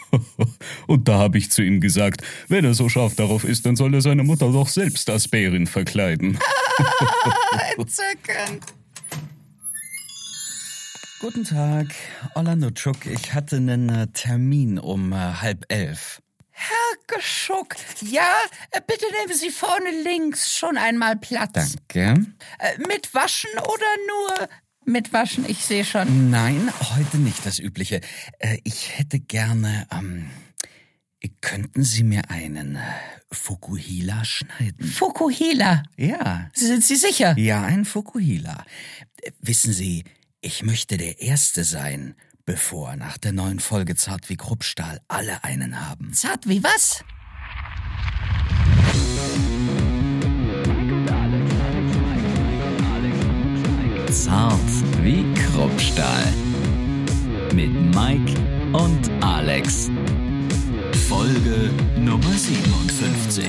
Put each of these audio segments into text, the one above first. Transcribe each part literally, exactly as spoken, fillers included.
Und da habe ich zu ihm gesagt, wenn er so scharf darauf ist, dann soll er seine Mutter doch selbst als Bärin verkleiden. Entzückend. Guten Tag, Orlando Tschuck. Ich hatte einen Termin um äh, halb elf. Herr Geschuck, ja, äh, bitte nehmen Sie vorne links schon einmal Platz. Danke. Äh, mit Waschen oder nur mit Waschen? Ich sehe schon. Nein, heute nicht das Übliche. Äh, ich hätte gerne, ähm, könnten Sie mir einen Fukuhila schneiden? Fukuhila? Ja. Sind Sie sicher? Ja, ein Fukuhila. Äh, wissen Sie, ich möchte der Erste sein, bevor nach der neuen Folge Zart wie Kruppstahl alle einen haben. Zart wie was? Zart wie Kruppstahl. Mit Mike und Alex. Folge Nummer siebenundfünfzig.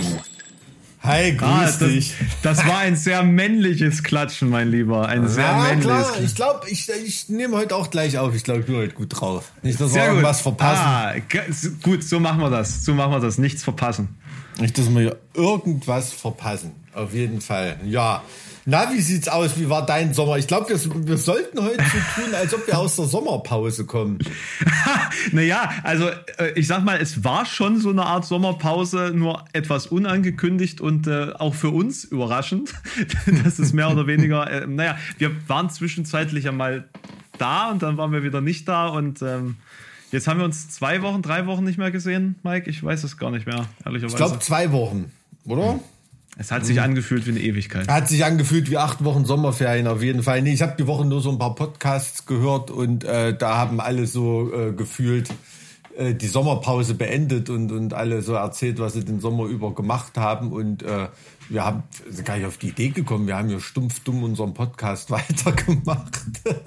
Hi, grüß ah, das, dich. Das war ein sehr männliches Klatschen, mein Lieber. Ein sehr ja, männliches klar. Klatschen. Ich glaube, ich, ich nehme heute auch gleich auf. Ich glaube, ich bin heute gut drauf. Nicht, dass Sehr wir gut. irgendwas verpassen. Ah, gut, so machen wir das. So machen wir das. Nichts verpassen. Nicht, dass wir irgendwas verpassen. Auf jeden Fall. Ja. Na, wie sieht's aus? Wie war dein Sommer? Ich glaube, wir, wir sollten heute so tun, als ob wir aus der Sommerpause kommen. Naja, also ich sag mal, es war schon so eine Art Sommerpause, nur etwas unangekündigt und äh, auch für uns überraschend. Das ist mehr oder weniger, äh, naja, wir waren zwischenzeitlich einmal da und dann waren wir wieder nicht da und ähm, jetzt haben wir uns zwei Wochen, drei Wochen nicht mehr gesehen, Mike. Ich weiß es gar nicht mehr, ehrlicherweise. Ich glaube, zwei Wochen, oder? Es hat sich angefühlt wie eine Ewigkeit. Hat sich angefühlt wie acht Wochen Sommerferien auf jeden Fall. Nee, ich habe die Woche nur so ein paar Podcasts gehört und äh, da haben alle so äh, gefühlt äh, die Sommerpause beendet und, und alle so erzählt, was sie den Sommer über gemacht haben. Und äh, wir haben sind gar nicht auf die Idee gekommen, wir haben ja stumpf dumm unseren Podcast weitergemacht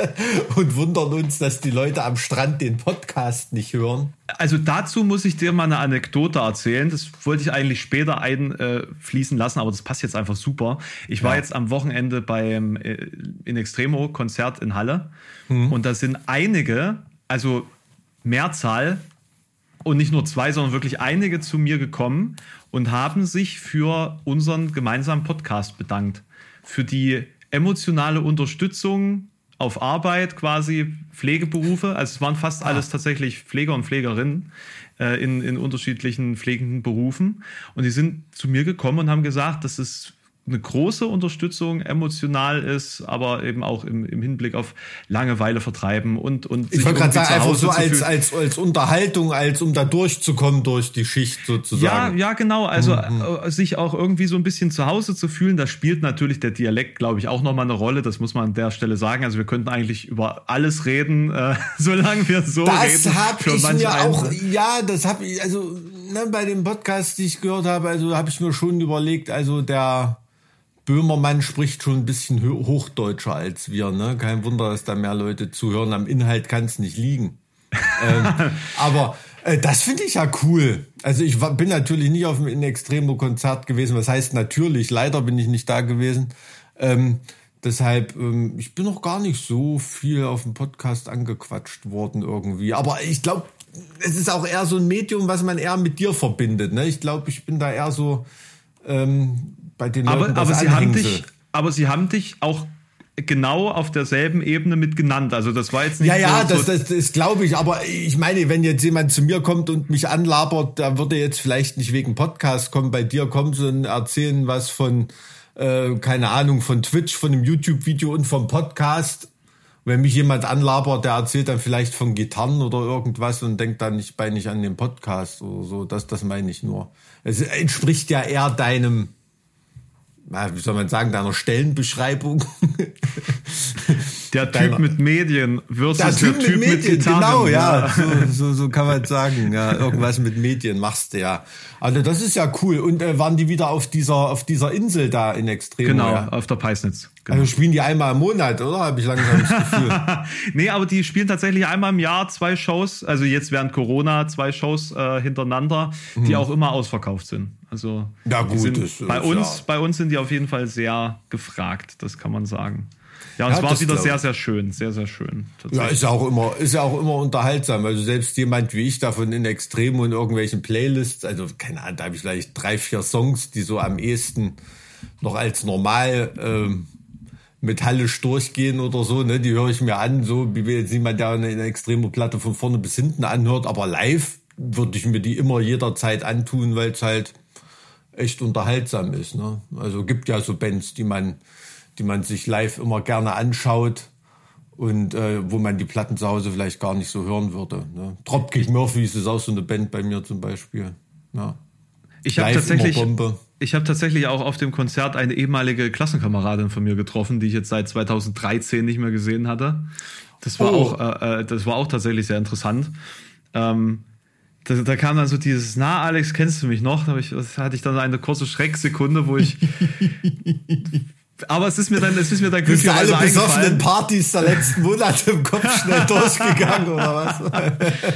und wundern uns, dass die Leute am Strand den Podcast nicht hören. Also dazu muss ich dir mal eine Anekdote erzählen. Das wollte ich eigentlich später einfließen lassen, aber das passt jetzt einfach super. Ich war ja. jetzt am Wochenende beim äh, In Extremo Konzert in Halle mhm. und da sind einige, also Mehrzahl und nicht nur zwei, sondern wirklich einige zu mir gekommen und haben sich für unseren gemeinsamen Podcast bedankt. Für die emotionale Unterstützung auf Arbeit, quasi Pflegeberufe. Also es waren fast alles tatsächlich Pfleger und Pflegerinnen äh, in, in unterschiedlichen pflegenden Berufen. Und die sind zu mir gekommen und haben gesagt, dass es eine große Unterstützung emotional ist, aber eben auch im, im Hinblick auf Langeweile vertreiben und und ich wollte gerade sagen, einfach so als, als als Unterhaltung, als um da durchzukommen durch die Schicht sozusagen. Ja, ja, genau. Also mhm. äh, sich auch irgendwie so ein bisschen zu Hause zu fühlen, da spielt natürlich der Dialekt, glaube ich, auch nochmal eine Rolle. Das muss man an der Stelle sagen. Also wir könnten eigentlich über alles reden, äh, solange wir so das reden. Das habe ich mir auch, ja, das habe ich, also ne, bei dem Podcast, die ich gehört habe, also habe ich mir schon überlegt, also der Böhmermann spricht schon ein bisschen hochdeutscher als wir, ne? Kein Wunder, dass da mehr Leute zuhören. Am Inhalt kann es nicht liegen. ähm, aber äh, das finde ich ja cool. Also ich war, bin natürlich nicht auf dem In Extremo Konzert gewesen. Was heißt natürlich? Leider bin ich nicht da gewesen. Ähm, deshalb, ähm, ich bin noch gar nicht so viel auf dem Podcast angequatscht worden irgendwie. Aber ich glaube, es ist auch eher so ein Medium, was man eher mit dir verbindet. Ne? Ich glaube, ich bin da eher so ähm, bei den Leuten aber, das aber sie Anhängsel. haben dich, aber sie haben dich auch genau auf derselben Ebene mit genannt. Also das war jetzt nicht ja, ja, so, das, das, das glaube ich. Aber ich meine, wenn jetzt jemand zu mir kommt und mich anlabert, da würde jetzt vielleicht nicht wegen Podcast kommen. Bei dir kommen sie und erzählen was von, äh, keine Ahnung, von Twitch, von einem YouTube-Video und vom Podcast. Wenn mich jemand anlabert, der erzählt dann vielleicht von Gitarren oder irgendwas und denkt dann nicht bei nicht an den Podcast oder so. Das, das meine ich nur. Es entspricht ja eher deinem, wie soll man sagen, deiner Stellenbeschreibung. Der Typ Deiner, mit Medien versus der Typ, der typ mit Medien, mit Gitarren. Genau, ja, so, so, so kann man sagen. Ja, irgendwas mit Medien machst du ja. Also das ist ja cool. Und äh, waren die wieder auf dieser auf dieser Insel da in Extremo? Genau, ja? auf der Peisnitz. Genau. Also spielen die einmal im Monat, oder? Habe ich langsam das Gefühl. Nee, aber die spielen tatsächlich einmal im Jahr zwei Shows, also jetzt während Corona zwei Shows äh, hintereinander, die hm. auch immer ausverkauft sind. Also ja, gut, sind das, bei das, uns, ja. bei uns sind die auf jeden Fall sehr gefragt, das kann man sagen. Ja, und Ja, es war das wieder glaub sehr, ich. sehr schön, sehr, sehr schön. Ja, ist ja auch immer, ist ja auch immer unterhaltsam. Also selbst jemand wie ich davon in Extremo und irgendwelchen Playlists, also keine Ahnung, da habe ich vielleicht drei, vier Songs, die so am ehesten noch als normal ähm, metallisch durchgehen oder so, ne, die höre ich mir an, so wie jetzt jemand, der eine Extremo-Platte von vorne bis hinten anhört, aber live würde ich mir die immer jederzeit antun, weil es halt echt unterhaltsam ist, ne. Also gibt ja so Bands, die man, die man sich live immer gerne anschaut und äh, wo man die Platten zu Hause vielleicht gar nicht so hören würde, ne. Dropkick Murphys ist auch so eine Band bei mir zum Beispiel, ja. Ich habe Live tatsächlich, immer Bombe. ich habe tatsächlich auch auf dem Konzert eine ehemalige Klassenkameradin von mir getroffen, die ich jetzt seit zweitausenddreizehn nicht mehr gesehen hatte. Das war Oh. auch, äh, das war auch tatsächlich sehr interessant. Ähm, da, da kam dann so dieses, na Alex, kennst du mich noch? Da hab ich, das hatte ich dann eine kurze Schrecksekunde, wo ich, aber es ist mir dann, es ist mir dann Bist du alle glücklicherweise besoffenen eingefallen. Partys der letzten Monate im Kopf schnell durchgegangen oder was?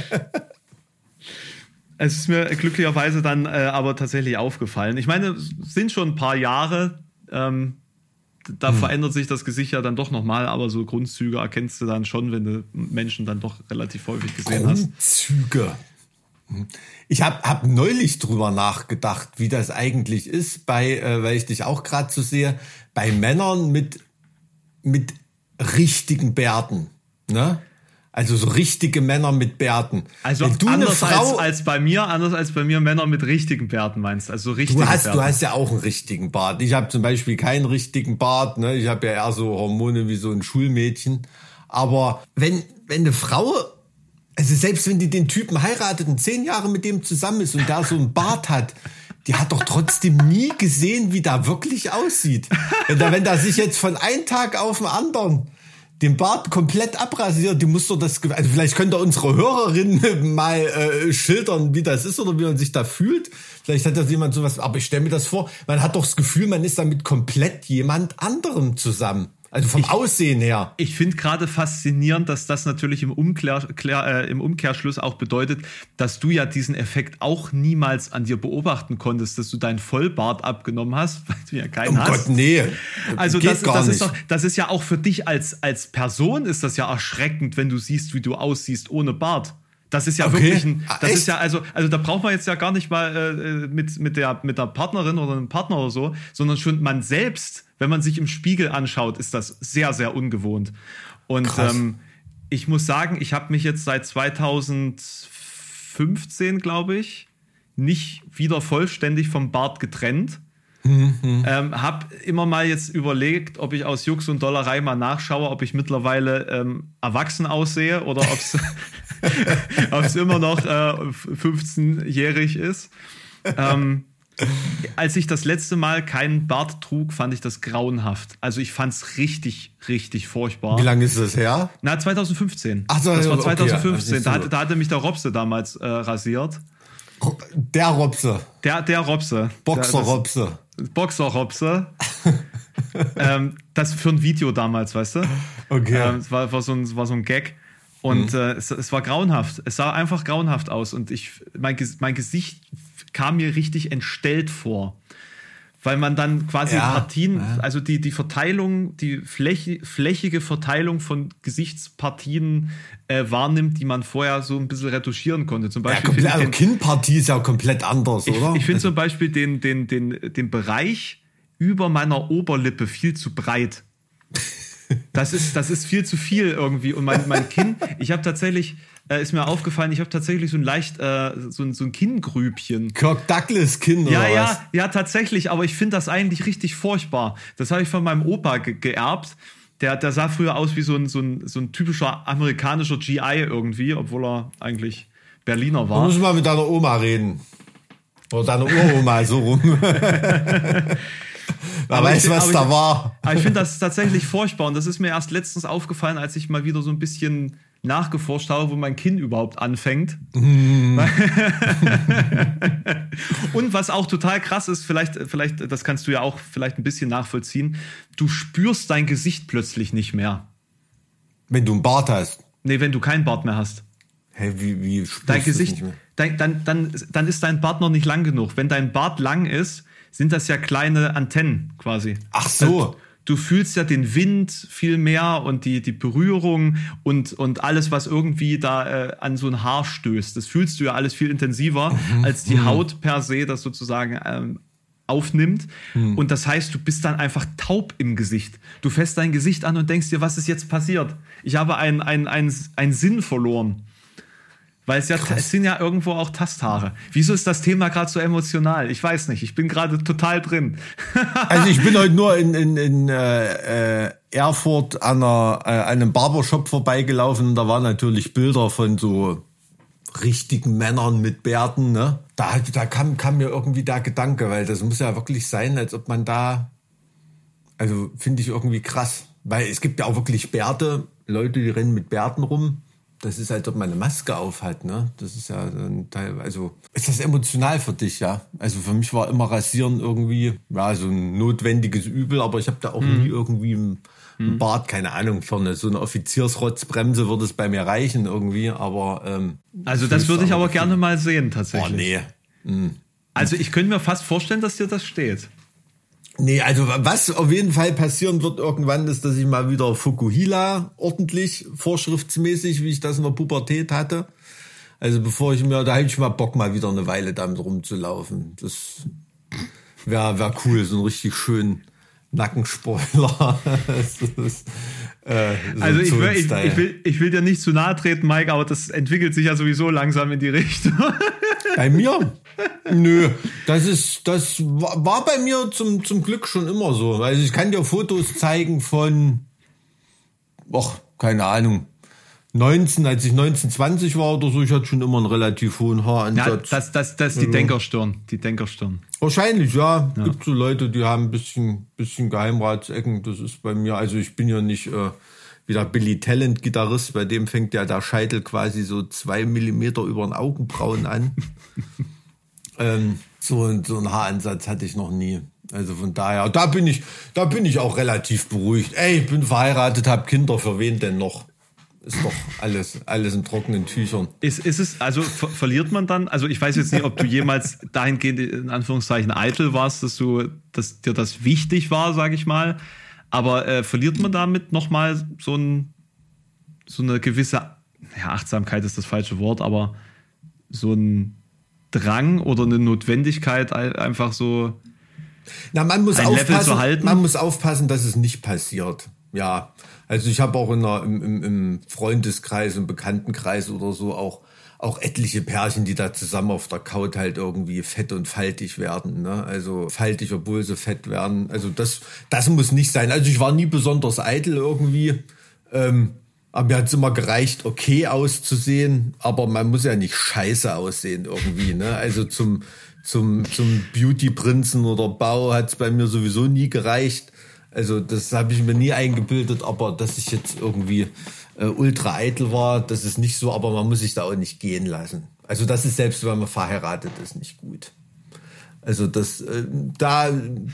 Es ist mir glücklicherweise dann äh, aber tatsächlich aufgefallen. Ich meine, es sind schon ein paar Jahre, ähm, da Hm. verändert sich das Gesicht ja dann doch nochmal, aber so Grundzüge erkennst du dann schon, wenn du Menschen dann doch relativ häufig gesehen hast. Grundzüge. Ich habe hab neulich drüber nachgedacht, wie das eigentlich ist, bei, äh, weil ich dich auch gerade so sehe, bei Männern mit, mit richtigen Bärten. Ne? Also so richtige Männer mit Bärten. Also Wenn du eine anders Frau, als, als bei mir, anders als bei mir Männer mit richtigen Bärten meinst. Also so richtige Du hast, Bärte. du hast ja auch einen richtigen Bart. Ich habe zum Beispiel keinen richtigen Bart. Ne? Ich habe ja eher so Hormone wie so ein Schulmädchen. Aber wenn, wenn eine Frau, also selbst wenn die den Typen heiratet und zehn Jahre mit dem zusammen ist und der so einen Bart hat, die hat doch trotzdem nie gesehen, wie der wirklich aussieht. Wenn der, wenn der sich jetzt von einem Tag auf den anderen den Bart komplett abrasiert, die muss doch das, also vielleicht könnt ihr unsere Hörerinnen mal äh, schildern, wie das ist oder wie man sich da fühlt. Vielleicht hat das jemand sowas, aber ich stelle mir das vor, man hat doch das Gefühl, man ist damit komplett jemand anderem zusammen. Also vom Ich- Aussehen her. Ich finde gerade faszinierend, dass das natürlich im, Umklär, Klär, äh, im Umkehrschluss auch bedeutet, dass du ja diesen Effekt auch niemals an dir beobachten konntest, dass du deinen Vollbart abgenommen hast, weil du ja keinen Oh hast. Gott, nee. Also Geht das, gar das, nicht. ist doch, das ist ja auch für dich als, als Person ist das ja erschreckend, wenn du siehst, wie du aussiehst ohne Bart. Das ist ja Okay. wirklich ein, Ah, das echt? ist ja, also, also da braucht man jetzt ja gar nicht mal äh, mit, mit der, mit der Partnerin oder einem Partner oder so, sondern schon man selbst, wenn man sich im Spiegel anschaut, ist das sehr, sehr ungewohnt. Und Krass. ähm, ich muss sagen, ich habe mich jetzt seit zweitausendfünfzehn, glaube ich, nicht wieder vollständig vom Bart getrennt. Ähm, hab immer mal jetzt überlegt, ob ich aus Jux und Dollerei mal nachschaue, ob ich mittlerweile ähm, erwachsen aussehe oder ob es immer noch äh, fünfzehnjährig ist. Ähm, als ich das letzte Mal keinen Bart trug, fand ich das grauenhaft. Also ich fand es richtig, richtig furchtbar. Wie lange ist das her? Na, zweitausendfünfzehn. Ach so, das war okay, zweitausendfünfzehn. also Da, nicht so. hatte, da hatte mich der Robse damals äh, rasiert. Der Robse. Der, der Robse. Boxer-Robse. Boxer-Robse. ähm, das für ein Video damals, weißt du? Okay. Ähm, es war, war, so ein, war so ein Gag. Und äh, es, es war grauenhaft. Es sah einfach grauenhaft aus. Und ich, mein, Ges- mein Gesicht kam mir richtig entstellt vor. Weil man dann quasi Ja, Partien, ja. also die, die Verteilung, die Fläche, flächige Verteilung von Gesichtspartien äh, wahrnimmt, die man vorher so ein bisschen retuschieren konnte. Zum Ja, Beispiel komplett, finde ich also den- Kinnpartie ist ja komplett anders, ich, oder? ich finde zum Beispiel den, den, den, den Bereich über meiner Oberlippe viel zu breit. Das ist, das ist viel zu viel irgendwie. Und mein, mein Kinn, ich habe tatsächlich, äh, ist mir aufgefallen, ich habe tatsächlich so ein leicht, äh, so, ein, so ein Kinngrübchen. Kirk Douglas Kinn Ja, oder ja, was? ja, tatsächlich, aber ich finde das eigentlich richtig furchtbar. Das habe ich von meinem Opa ge geerbt. Der, der sah früher aus wie so ein, so, ein, so ein typischer amerikanischer G I irgendwie, obwohl er eigentlich Berliner Da war. muss mal mit deiner Oma reden. Oder deiner Uroma, so rum. Wer Aber weiß, ich- was aber da ich- war. Aber ich finde das tatsächlich furchtbar und das ist mir erst letztens aufgefallen, als ich mal wieder so ein bisschen nachgeforscht habe, wo mein Kinn überhaupt anfängt. Mm. Und was auch total krass ist, vielleicht, vielleicht, das kannst du ja auch vielleicht ein bisschen nachvollziehen, du spürst dein Gesicht plötzlich nicht mehr. Wenn du einen Bart hast. Nee, wenn du keinen Bart mehr hast. Hey, wie, wie spürst Dein du's Gesicht, nicht mehr? dein, dann, dann, dann ist dein Bart noch nicht lang genug. Wenn dein Bart lang ist, sind das ja kleine Antennen quasi. Ach so. du fühlst ja den Wind viel mehr und die, die Berührung und, und alles, was irgendwie da äh, an so ein Haar stößt. Das fühlst du ja alles viel intensiver, mhm. als die mhm. Haut per se das sozusagen ähm, aufnimmt. Mhm. Und das heißt, du bist dann einfach taub im Gesicht. Du fässt dein Gesicht an und denkst dir, was ist jetzt passiert? Ich habe einen ein, ein, ein Sinn verloren. Weil es ja, es sind ja irgendwo auch Tasthaare. Wieso ist das Thema gerade so emotional? Ich weiß nicht. Ich bin gerade total drin. Also ich bin heute nur in, in, in äh, Erfurt an, einer, äh, einem Barbershop vorbeigelaufen. Da waren natürlich Bilder von so richtigen Männern mit Bärten. Ne? Da, da kam, kam mir irgendwie der Gedanke, weil das muss ja wirklich sein, als ob man da, also finde ich irgendwie krass. Weil es gibt ja auch wirklich Bärte, Leute, die rennen mit Bärten rum. Das ist, als ob man eine Maske auf hat, ne? Das ist ja ein Teil, also ist das emotional für dich, ja? Also für mich war immer Rasieren irgendwie, ja, so ein notwendiges Übel, aber ich habe da auch hm. nie irgendwie einen hm. Bart, keine Ahnung, für eine, so eine Offiziersrotzbremse würde es bei mir reichen irgendwie, aber ähm, also das würde ich aber gerne mal sehen, tatsächlich. Oh, nee. Hm. Also ich könnte mir fast vorstellen, dass dir das steht. Nee, also was auf jeden Fall passieren wird irgendwann, ist, dass ich mal wieder Fukuhila ordentlich, vorschriftsmäßig, wie ich das in der Pubertät hatte. Also bevor ich mir, da hätte ich mal Bock, mal wieder eine Weile damit rumzulaufen. Das wäre wär cool, so einen richtig schönen Nackenspoiler. das ist, äh, so also ich will, ich, ich, will, ich will dir nicht zu nahe treten, Mike, aber das entwickelt sich ja sowieso langsam in die Richtung. Bei mir? Nö, das ist, das war bei mir zum, zum Glück schon immer so. Also ich kann dir Fotos zeigen von, ach, keine Ahnung, neunzehn, als ich neunzehn, zwanzig war oder so, ich hatte schon immer einen relativ hohen Haaransatz. Ja, das, das, das ist die Denkerstirn, die Denkerstirn. Wahrscheinlich, ja. ja. Gibt so Leute, die haben ein bisschen, bisschen Geheimratsecken. Das ist bei mir, also ich bin ja nicht äh, wie der Billy Talent Gitarrist, bei dem fängt ja der Scheitel quasi so zwei Millimeter über den Augenbrauen an. ähm, so, so einen Haaransatz hatte ich noch nie. Also von daher, da bin ich, da bin ich auch relativ beruhigt. Ey, ich bin verheiratet, habe Kinder, für wen denn noch? Ist doch alles, alles in trockenen Tüchern. Ist, ist es, also ver- verliert man dann, also ich weiß jetzt nicht, ob du jemals dahingehend in Anführungszeichen eitel warst, dass du, dass dir das wichtig war, sage ich mal, aber äh, verliert man damit nochmal so, ein, so eine gewisse, ja, Achtsamkeit ist das falsche Wort, aber so ein Drang oder eine Notwendigkeit, einfach so Na, man muss ein Level aufpassen, zu halten? Man muss aufpassen, dass es nicht passiert. Ja, also ich habe auch in der, im, im, im Freundeskreis, im Bekanntenkreis oder so auch, auch etliche Pärchen, die da zusammen auf der Couch halt irgendwie fett und faltig werden. Ne? Also faltig, obwohl sie fett werden. Also das, das muss nicht sein. Also ich war nie besonders eitel irgendwie. Ähm, aber mir hat es immer gereicht, okay auszusehen. Aber man muss ja nicht scheiße aussehen irgendwie. Ne? Also zum, zum, zum Beauty-Prinzen oder Bau hat es bei mir sowieso nie gereicht. Also das habe ich mir nie eingebildet, aber dass ich jetzt irgendwie äh, ultra eitel war, das ist nicht so, aber man muss sich da auch nicht gehen lassen. Also das ist selbst, wenn man verheiratet ist, nicht gut. Also das, äh, da,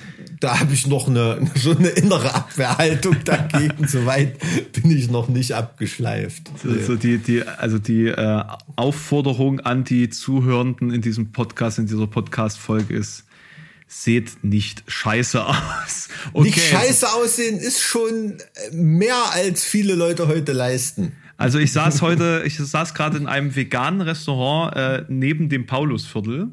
da habe ich noch eine, schon eine innere Abwehrhaltung dagegen. Soweit bin ich noch nicht abgeschleift. Also die, die, also die äh, Aufforderung an die Zuhörenden in diesem Podcast, in dieser Podcast-Folge ist: Seht nicht scheiße aus. Okay. Nicht scheiße aussehen ist schon mehr, als viele Leute heute leisten. Also ich saß heute, ich saß gerade in einem veganen Restaurant äh, neben dem Paulusviertel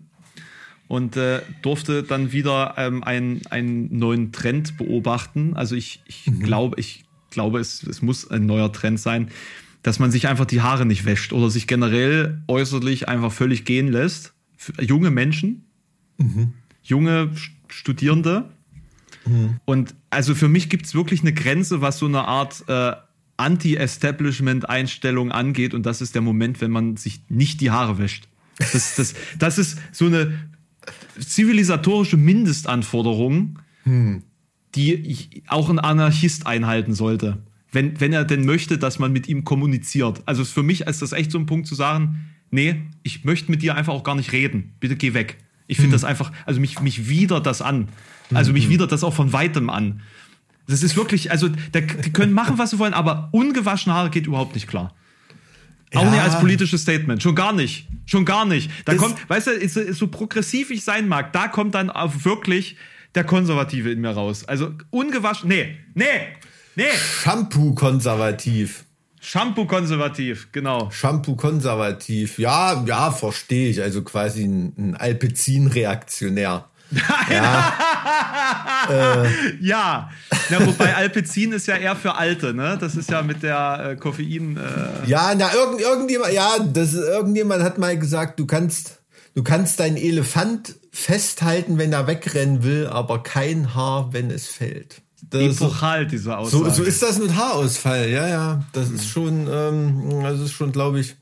und äh, durfte dann wieder ähm, einen, einen neuen Trend beobachten. Also ich, ich mhm. glaube, ich glaube, es, es muss ein neuer Trend sein, dass man sich einfach die Haare nicht wäscht oder sich generell äußerlich einfach völlig gehen lässt. Für junge Menschen. Mhm. junge Studierende. Mhm. Und also für mich gibt es wirklich eine Grenze, was so eine Art äh, Anti-Establishment-Einstellung angeht. Und das ist der Moment, wenn man sich nicht die Haare wäscht. Das, das, das ist so eine zivilisatorische Mindestanforderung, mhm. die auch ein Anarchist einhalten sollte. Wenn, wenn er denn möchte, dass man mit ihm kommuniziert. Also für mich ist das echt so ein Punkt zu sagen, nee, ich möchte mit dir einfach auch gar nicht reden. Bitte geh weg. Ich finde hm. das einfach, also mich, mich widert das an. Also mich widert das auch von Weitem an. Das ist wirklich, also der, die können machen, was sie wollen, aber ungewaschene Haare geht überhaupt nicht klar. Auch ja. nicht als politisches Statement. Schon gar nicht. Schon gar nicht. Da das kommt, weißt du, ist, ist so progressiv ich sein mag, da kommt dann auch wirklich der Konservative in mir raus. Also ungewaschen, nee, nee, nee. Shampoo-konservativ. Shampoo-konservativ, genau. Shampoo-konservativ, ja, ja, verstehe ich. Also quasi ein, ein Alpecin-Reaktionär. Ja. äh. ja. Na, wobei Alpecin ist ja eher für Alte, ne? Das ist ja mit der äh, Koffein. Äh ja, na, irgend, irgendjemand, ja, das, irgendjemand hat mal gesagt, du kannst, du kannst deinen Elefant festhalten, wenn er wegrennen will, aber kein Haar, wenn es fällt. Epochal, diese Aussage. So, so ist das mit Haarausfall, ja, ja. Das ist schon, ähm, das ist schon, glaube ich,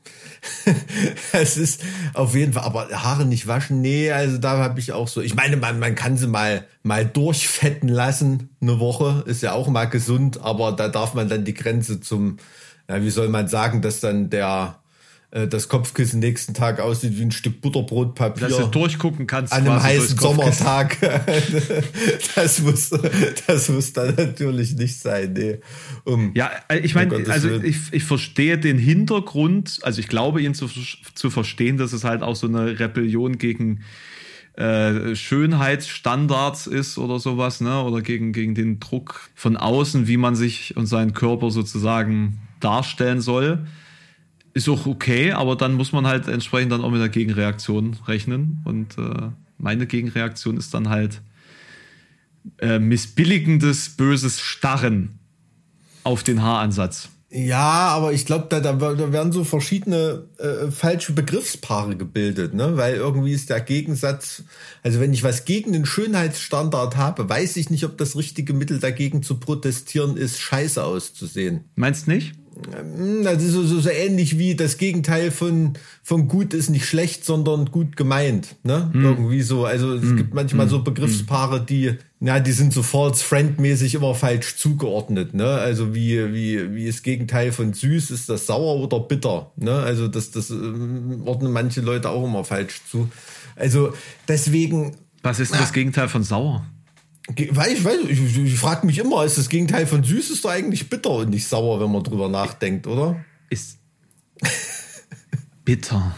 es ist auf jeden Fall, aber Haare nicht waschen, nee, also da habe ich auch so, ich meine, man, man kann sie mal, mal durchfetten lassen, eine Woche, ist ja auch mal gesund, aber da darf man dann die Grenze zum, ja, wie soll man sagen, dass dann der, das Kopfkissen nächsten Tag aussieht wie ein Stück Butterbrotpapier. Dass du durchgucken kannst. An einem heißen Sommertag. das muss, das muss dann natürlich nicht sein. Nee. Um, ja, ich meine, also ich, ich verstehe den Hintergrund, also ich glaube ihn zu, zu verstehen, dass es halt auch so eine Rebellion gegen äh, Schönheitsstandards ist oder sowas, ne? Oder gegen, gegen den Druck von außen, wie man sich und seinen Körper sozusagen darstellen soll. Ist auch okay, aber dann muss man halt entsprechend dann auch mit der Gegenreaktion rechnen. Und äh, meine Gegenreaktion ist dann halt äh, missbilligendes, böses Starren auf den Haaransatz. Ja, aber ich glaube, da, da werden so verschiedene äh, falsche Begriffspaare gebildet, ne? Weil irgendwie ist der Gegensatz, also wenn ich was gegen den Schönheitsstandard habe, weiß ich nicht, ob das richtige Mittel dagegen zu protestieren ist, scheiße auszusehen. Meinst nicht? Das ist so, so, so ähnlich wie das Gegenteil von, von gut ist nicht schlecht, sondern gut gemeint, ne? Hm. Irgendwie so, also es hm. gibt manchmal hm. so Begriffspaare, die, na, die sind so false friend-mäßig immer falsch zugeordnet, ne? Also wie, wie, wie das Gegenteil von süß, ist das sauer oder bitter, ne? Also das, das ordnen manche Leute auch immer falsch zu. Also deswegen. Was ist na, das Gegenteil von sauer? Weil ich weiß, ich, ich frage mich immer, ist das Gegenteil von süß ist doch eigentlich bitter und nicht sauer, wenn man drüber nachdenkt, oder? Ist bitter.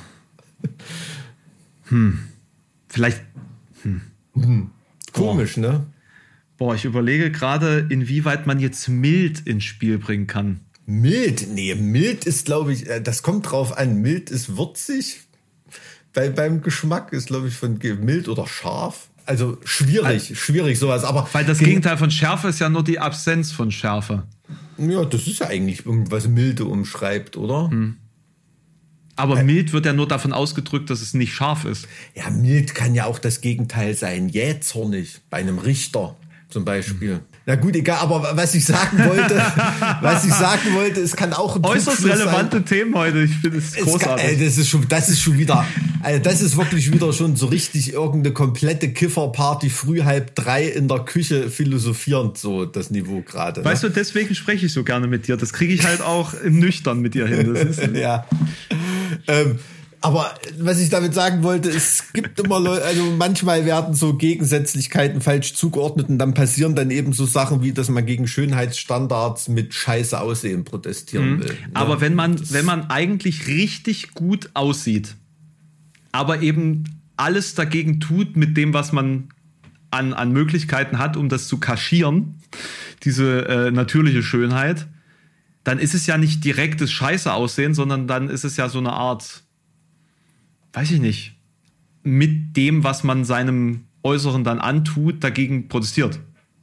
Hm. Vielleicht. Hm. Hm. Komisch, Boah. ne? Boah, ich überlege gerade, inwieweit man jetzt mild ins Spiel bringen kann. Mild? Nee, mild ist, glaube ich, das kommt drauf an. Mild ist würzig. Bei, beim Geschmack ist, glaube ich, von mild oder scharf. Also schwierig, also, schwierig sowas. Aber weil das Gegenteil von Schärfe ist ja nur die Absenz von Schärfe. Ja, das ist ja eigentlich irgendwas Milde umschreibt, oder? Hm. Aber äh, mild wird ja nur davon ausgedrückt, dass es nicht scharf ist. Ja, mild kann ja auch das Gegenteil sein. Jähzornig, bei einem Richter zum Beispiel. Hm. Na gut, egal, aber was ich sagen wollte, was ich sagen wollte, es kann auch ein äußerst relevante sein. Themen heute. Ich finde es großartig. Kann, ey, das ist schon, das ist schon wieder, also das ist wirklich wieder schon so richtig irgendeine komplette Kifferparty früh halb drei in der Küche philosophierend, so das Niveau gerade. Weißt ne? du, deswegen spreche ich so gerne mit dir. Das kriege ich halt auch nüchtern mit dir hin. Das ist ja. Ähm, Aber was ich damit sagen wollte, es gibt immer Leute, also manchmal werden so Gegensätzlichkeiten falsch zugeordnet und dann passieren dann eben so Sachen wie, dass man gegen Schönheitsstandards mit scheiße Aussehen protestieren mhm. will. Ne? Aber wenn man, wenn man eigentlich richtig gut aussieht, aber eben alles dagegen tut mit dem, was man an, an Möglichkeiten hat, um das zu kaschieren, diese äh, natürliche Schönheit, dann ist es ja nicht direktes Scheiße aussehen, sondern dann ist es ja so eine Art, weiß ich nicht, mit dem, was man seinem Äußeren dann antut, dagegen protestiert.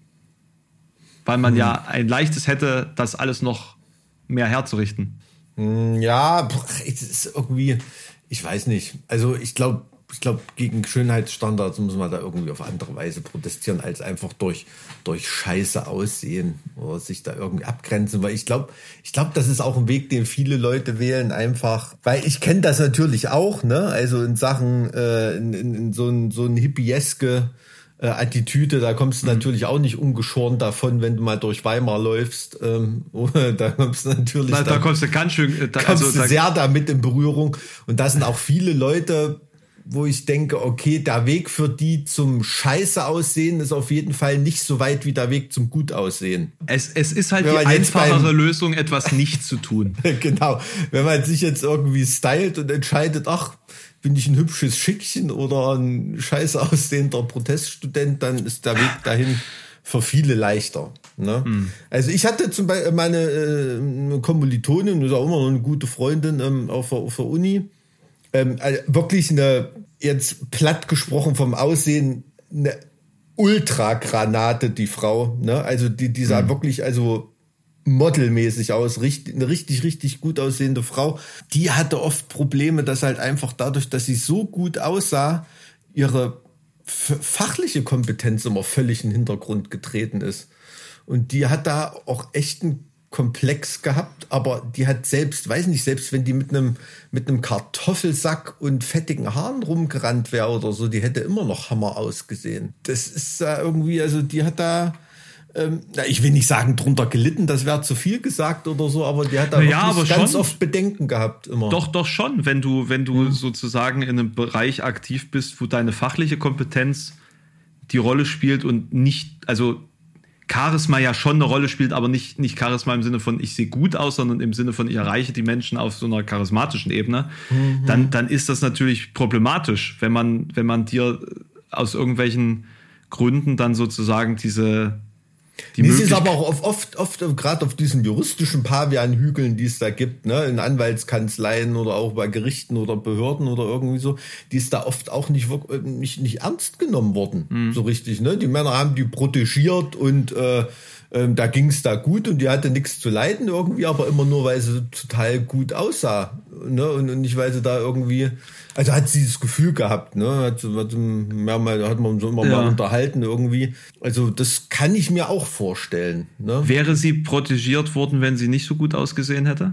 Weil man hm. ja ein leichtes hätte, das alles noch mehr herzurichten. Ja, es ist irgendwie, ich weiß nicht. Also ich glaube, ich glaube, gegen Schönheitsstandards muss man da irgendwie auf andere Weise protestieren, als einfach durch, durch Scheiße aussehen oder sich da irgendwie abgrenzen. Weil ich glaube, ich glaube, das ist auch ein Weg, den viele Leute wählen, einfach, weil ich kenne das natürlich auch, ne? Also in Sachen, äh, in, in, in so ein, so ein hippieske äh, Attitüde, da kommst du mhm. natürlich auch nicht ungeschoren davon, wenn du mal durch Weimar läufst. Ähm, da kommst du natürlich, da, da kommst du ganz schön, da, kommst also, du da, sehr damit in Berührung. Und da sind auch viele Leute, wo ich denke, okay, der Weg für die zum Scheiße aussehen ist auf jeden Fall nicht so weit wie der Weg zum gut aussehen. Es, es ist halt die einfachere beim, Lösung, etwas nicht zu tun. Genau. Wenn man sich jetzt irgendwie stylt und entscheidet, ach, bin ich ein hübsches Schickchen oder ein scheiße aussehender Proteststudent, dann ist der Weg dahin für viele leichter. Ne? Mhm. Also ich hatte zum Beispiel meine äh, Kommilitonin, das ist auch immer noch eine gute Freundin ähm, auf, der, auf der Uni, ähm, also wirklich eine, jetzt platt gesprochen vom Aussehen, eine Ultragranate, die Frau. Ne? Also die, die sah mhm. wirklich also modelmäßig aus, richtig, eine richtig, richtig gut aussehende Frau. Die hatte oft Probleme, dass halt einfach dadurch, dass sie so gut aussah, ihre f- fachliche Kompetenz immer völlig in den Hintergrund getreten ist. Und die hat da auch echt einen Komplex gehabt, aber die hat selbst, weiß nicht, selbst wenn die mit einem mit einem Kartoffelsack und fettigen Haaren rumgerannt wäre oder so, die hätte immer noch Hammer ausgesehen. Das ist äh, irgendwie, also die hat da ähm, ich will nicht sagen, drunter gelitten, das wäre zu viel gesagt oder so, aber die hat da ja, wirklich aber ganz schon. oft Bedenken gehabt immer. Doch, doch schon, wenn du, wenn du mhm. sozusagen in einem Bereich aktiv bist, wo deine fachliche Kompetenz die Rolle spielt und nicht, also Charisma ja schon eine Rolle spielt, aber nicht, nicht Charisma im Sinne von ich sehe gut aus, sondern im Sinne von ich erreiche die Menschen auf so einer charismatischen Ebene, mhm. dann, dann ist das natürlich problematisch, wenn man, wenn man dir aus irgendwelchen Gründen dann sozusagen diese die nee, es ist aber auch oft, oft, oft gerade auf diesen juristischen Pavianhügeln, die es da gibt, ne, in Anwaltskanzleien oder auch bei Gerichten oder Behörden oder irgendwie so, die ist da oft auch nicht nicht, nicht ernst genommen worden, mhm. so richtig, ne? Die Männer haben die protegiert und äh, äh, da ging es da gut und die hatte nichts zu leiden irgendwie, aber immer nur, weil sie total gut aussah, ne? Und, und nicht, weil sie da irgendwie, also hat sie das Gefühl gehabt, ne? Hat, hat, mehrmal, hat man so immer ja. mal unterhalten irgendwie. Also das kann ich mir auch vorstellen. Ne? Wäre sie protegiert worden, wenn sie nicht so gut ausgesehen hätte?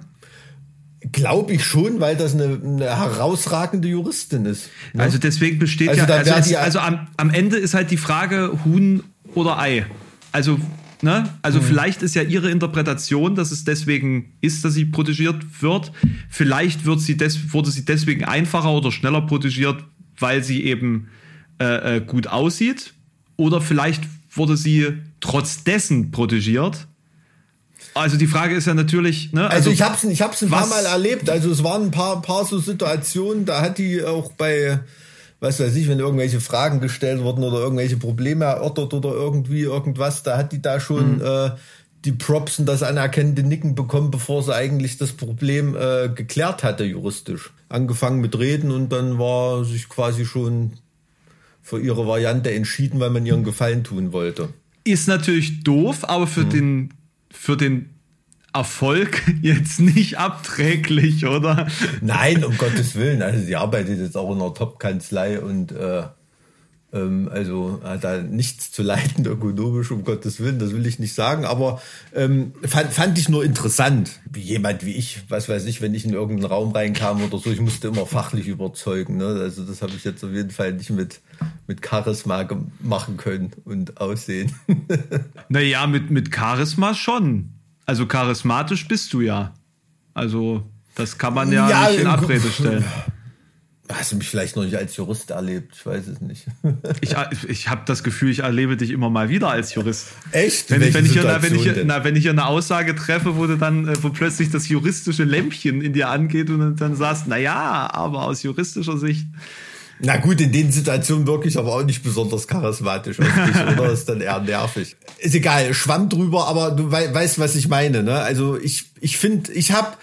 Glaube ich schon, weil das eine, eine herausragende Juristin ist. Ne? Also deswegen besteht also ja, also, es, die, also am, am Ende ist halt die Frage Huhn oder Ei. Also Ne? Also mhm. vielleicht ist ja ihre Interpretation, dass es deswegen ist, dass sie protegiert wird. Vielleicht wird sie des, wurde sie deswegen einfacher oder schneller protegiert, weil sie eben äh, gut aussieht. Oder vielleicht wurde sie trotz dessen protegiert. Also die Frage ist ja natürlich... Ne? Also, also ich habe es ich hab's ein was, paar Mal erlebt. Also es waren ein paar, paar so Situationen, da hat die auch bei... was weiß ich, wenn irgendwelche Fragen gestellt wurden oder irgendwelche Probleme erörtert oder irgendwie irgendwas, da hat die da schon mhm. äh, die Props und das anerkennende Nicken bekommen, bevor sie eigentlich das Problem äh, geklärt hatte juristisch. Angefangen mit Reden und dann war sich quasi schon für ihre Variante entschieden, weil man ihren Gefallen tun wollte. Ist natürlich doof, aber für mhm. den für den Erfolg jetzt nicht abträglich, oder? Nein, um Gottes Willen. Also sie arbeitet jetzt auch in einer Top-Kanzlei und äh, ähm, also hat da nichts zu leiden ökonomisch, um Gottes Willen, das will ich nicht sagen. Aber ähm, fand, fand ich nur interessant, wie jemand wie ich, was weiß ich, wenn ich in irgendeinen Raum reinkam oder so, ich musste immer fachlich überzeugen. Ne? Also das habe ich jetzt auf jeden Fall nicht mit, mit Charisma ge- machen können und Aussehen. Naja, mit, mit Charisma schon. Also charismatisch bist du ja. Also das kann man ja, ja nicht in Abrede stellen. Hast du mich vielleicht noch nicht als Jurist erlebt? Ich weiß es nicht. ich ich habe das Gefühl, ich erlebe dich immer mal wieder als Jurist. Echt? Wenn, ich, wenn, ich, hier, na, wenn, ich, na, wenn ich hier eine Aussage treffe, wo du dann, wo plötzlich das juristische Lämpchen in dir angeht und dann sagst, na ja, aber aus juristischer Sicht. Na gut, in den Situationen wirklich aber auch nicht besonders charismatisch auf dich, oder? Das ist dann eher nervig. Ist egal, schwamm drüber, aber du we- weißt, was ich meine, ne? Also ich ich finde, ich habe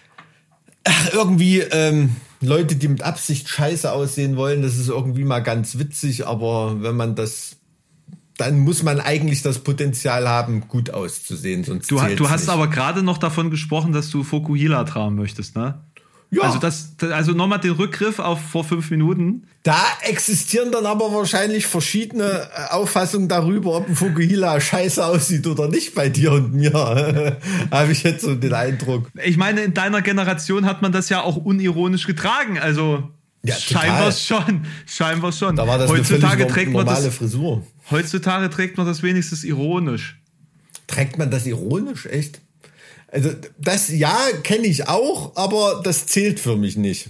irgendwie ähm, Leute, die mit Absicht scheiße aussehen wollen, das ist irgendwie mal ganz witzig, aber wenn man das, dann muss man eigentlich das Potenzial haben, gut auszusehen, sonst Du, zählt's du hast nicht. aber gerade noch davon gesprochen, dass du Fokuhila tragen möchtest, ne? Ja. Also das, also nochmal den Rückgriff auf vor fünf Minuten. Da existieren dann aber wahrscheinlich verschiedene Auffassungen darüber, ob ein Fukuhila scheiße aussieht oder nicht bei dir und mir. Habe ich jetzt so den Eindruck. Ich meine, in deiner Generation hat man das ja auch unironisch getragen. Also ja, scheinbar schon. Scheinbar schon. Da war das heutzutage eine trägt man normale das, Frisur. Heutzutage trägt man das wenigstens ironisch. Trägt man das ironisch? Echt? Also das, ja, kenne ich auch, aber das zählt für mich nicht.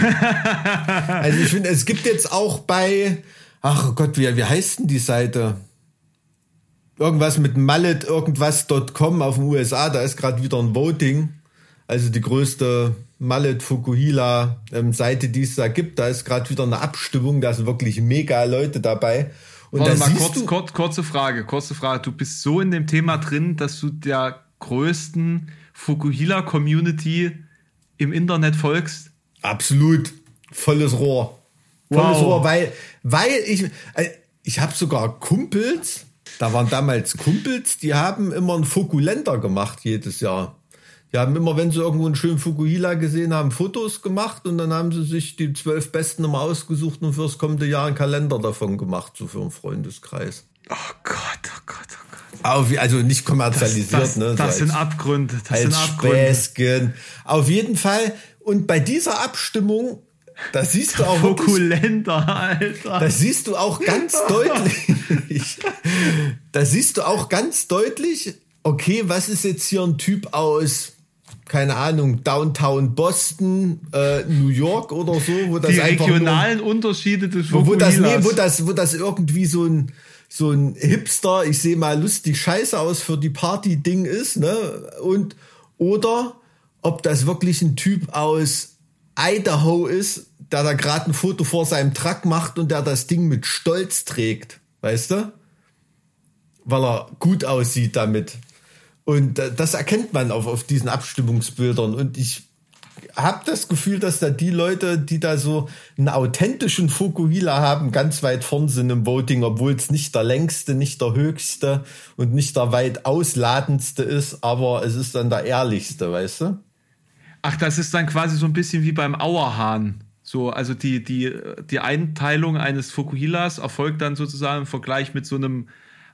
Also ich finde, es gibt jetzt auch bei, ach Gott, wie, wie heißt denn die Seite? Irgendwas mit Mallet, irgendwas Punkt com auf dem U S A, da ist gerade wieder ein Voting. also die größte Mallet-Fukuhila-Seite, die es da gibt. Da ist gerade wieder eine Abstimmung, da sind wirklich mega Leute dabei. Und Warte da mal, siehst kurz, du, kurz, kurze Frage, kurze Frage. Du bist so in dem Thema drin, dass du der größten Fukuhila-Community im Internet folgst? absolut volles Rohr. Volles Wow. Rohr, weil, weil ich, äh, ich habe sogar Kumpels, da waren damals Kumpels, die haben immer einen Fokuländer gemacht jedes Jahr. Die haben immer, wenn sie irgendwo einen schönen Fukuhila gesehen haben, Fotos gemacht und dann haben sie sich die zwölf Besten immer ausgesucht und fürs kommende Jahr einen Kalender davon gemacht, so für einen Freundeskreis. Oh Gott, oh Gott, oh Gott. Auf, also nicht kommerzialisiert, Das, das, ne? das so sind als, Abgründe. Das als sind Abgründe. Späßchen. Auf jeden Fall. Und bei dieser Abstimmung, da siehst du auch wirklich, Fokuländer, Alter. da siehst du auch ganz deutlich, da siehst du auch ganz deutlich, okay, was ist jetzt hier ein Typ aus, keine Ahnung, Downtown Boston, äh, New York oder so, wo das Die einfach regionalen Unterschiede des nur, wo, wo das, Fukuhilas. nee, wo das, wo das irgendwie so ein, so ein Hipster, ich sehe mal lustig scheiße aus für die Party-Ding ist, ne, und, oder ob das wirklich ein Typ aus Idaho ist, der da gerade ein Foto vor seinem Truck macht und der das Ding mit Stolz trägt, weißt du? Weil er gut aussieht damit. Und das erkennt man auf, auf diesen Abstimmungsbildern. Und ich habe das Gefühl, dass da die Leute, die da so einen authentischen Fukuhila haben, ganz weit vorn sind im Voting, obwohl es nicht der längste, nicht der höchste und nicht der weit ausladendste ist, aber es ist dann der ehrlichste, weißt du? Ach, das ist dann quasi so ein bisschen wie beim Auerhahn. So, also die, die, die Einteilung eines Fukuhilas erfolgt dann sozusagen im Vergleich mit so einem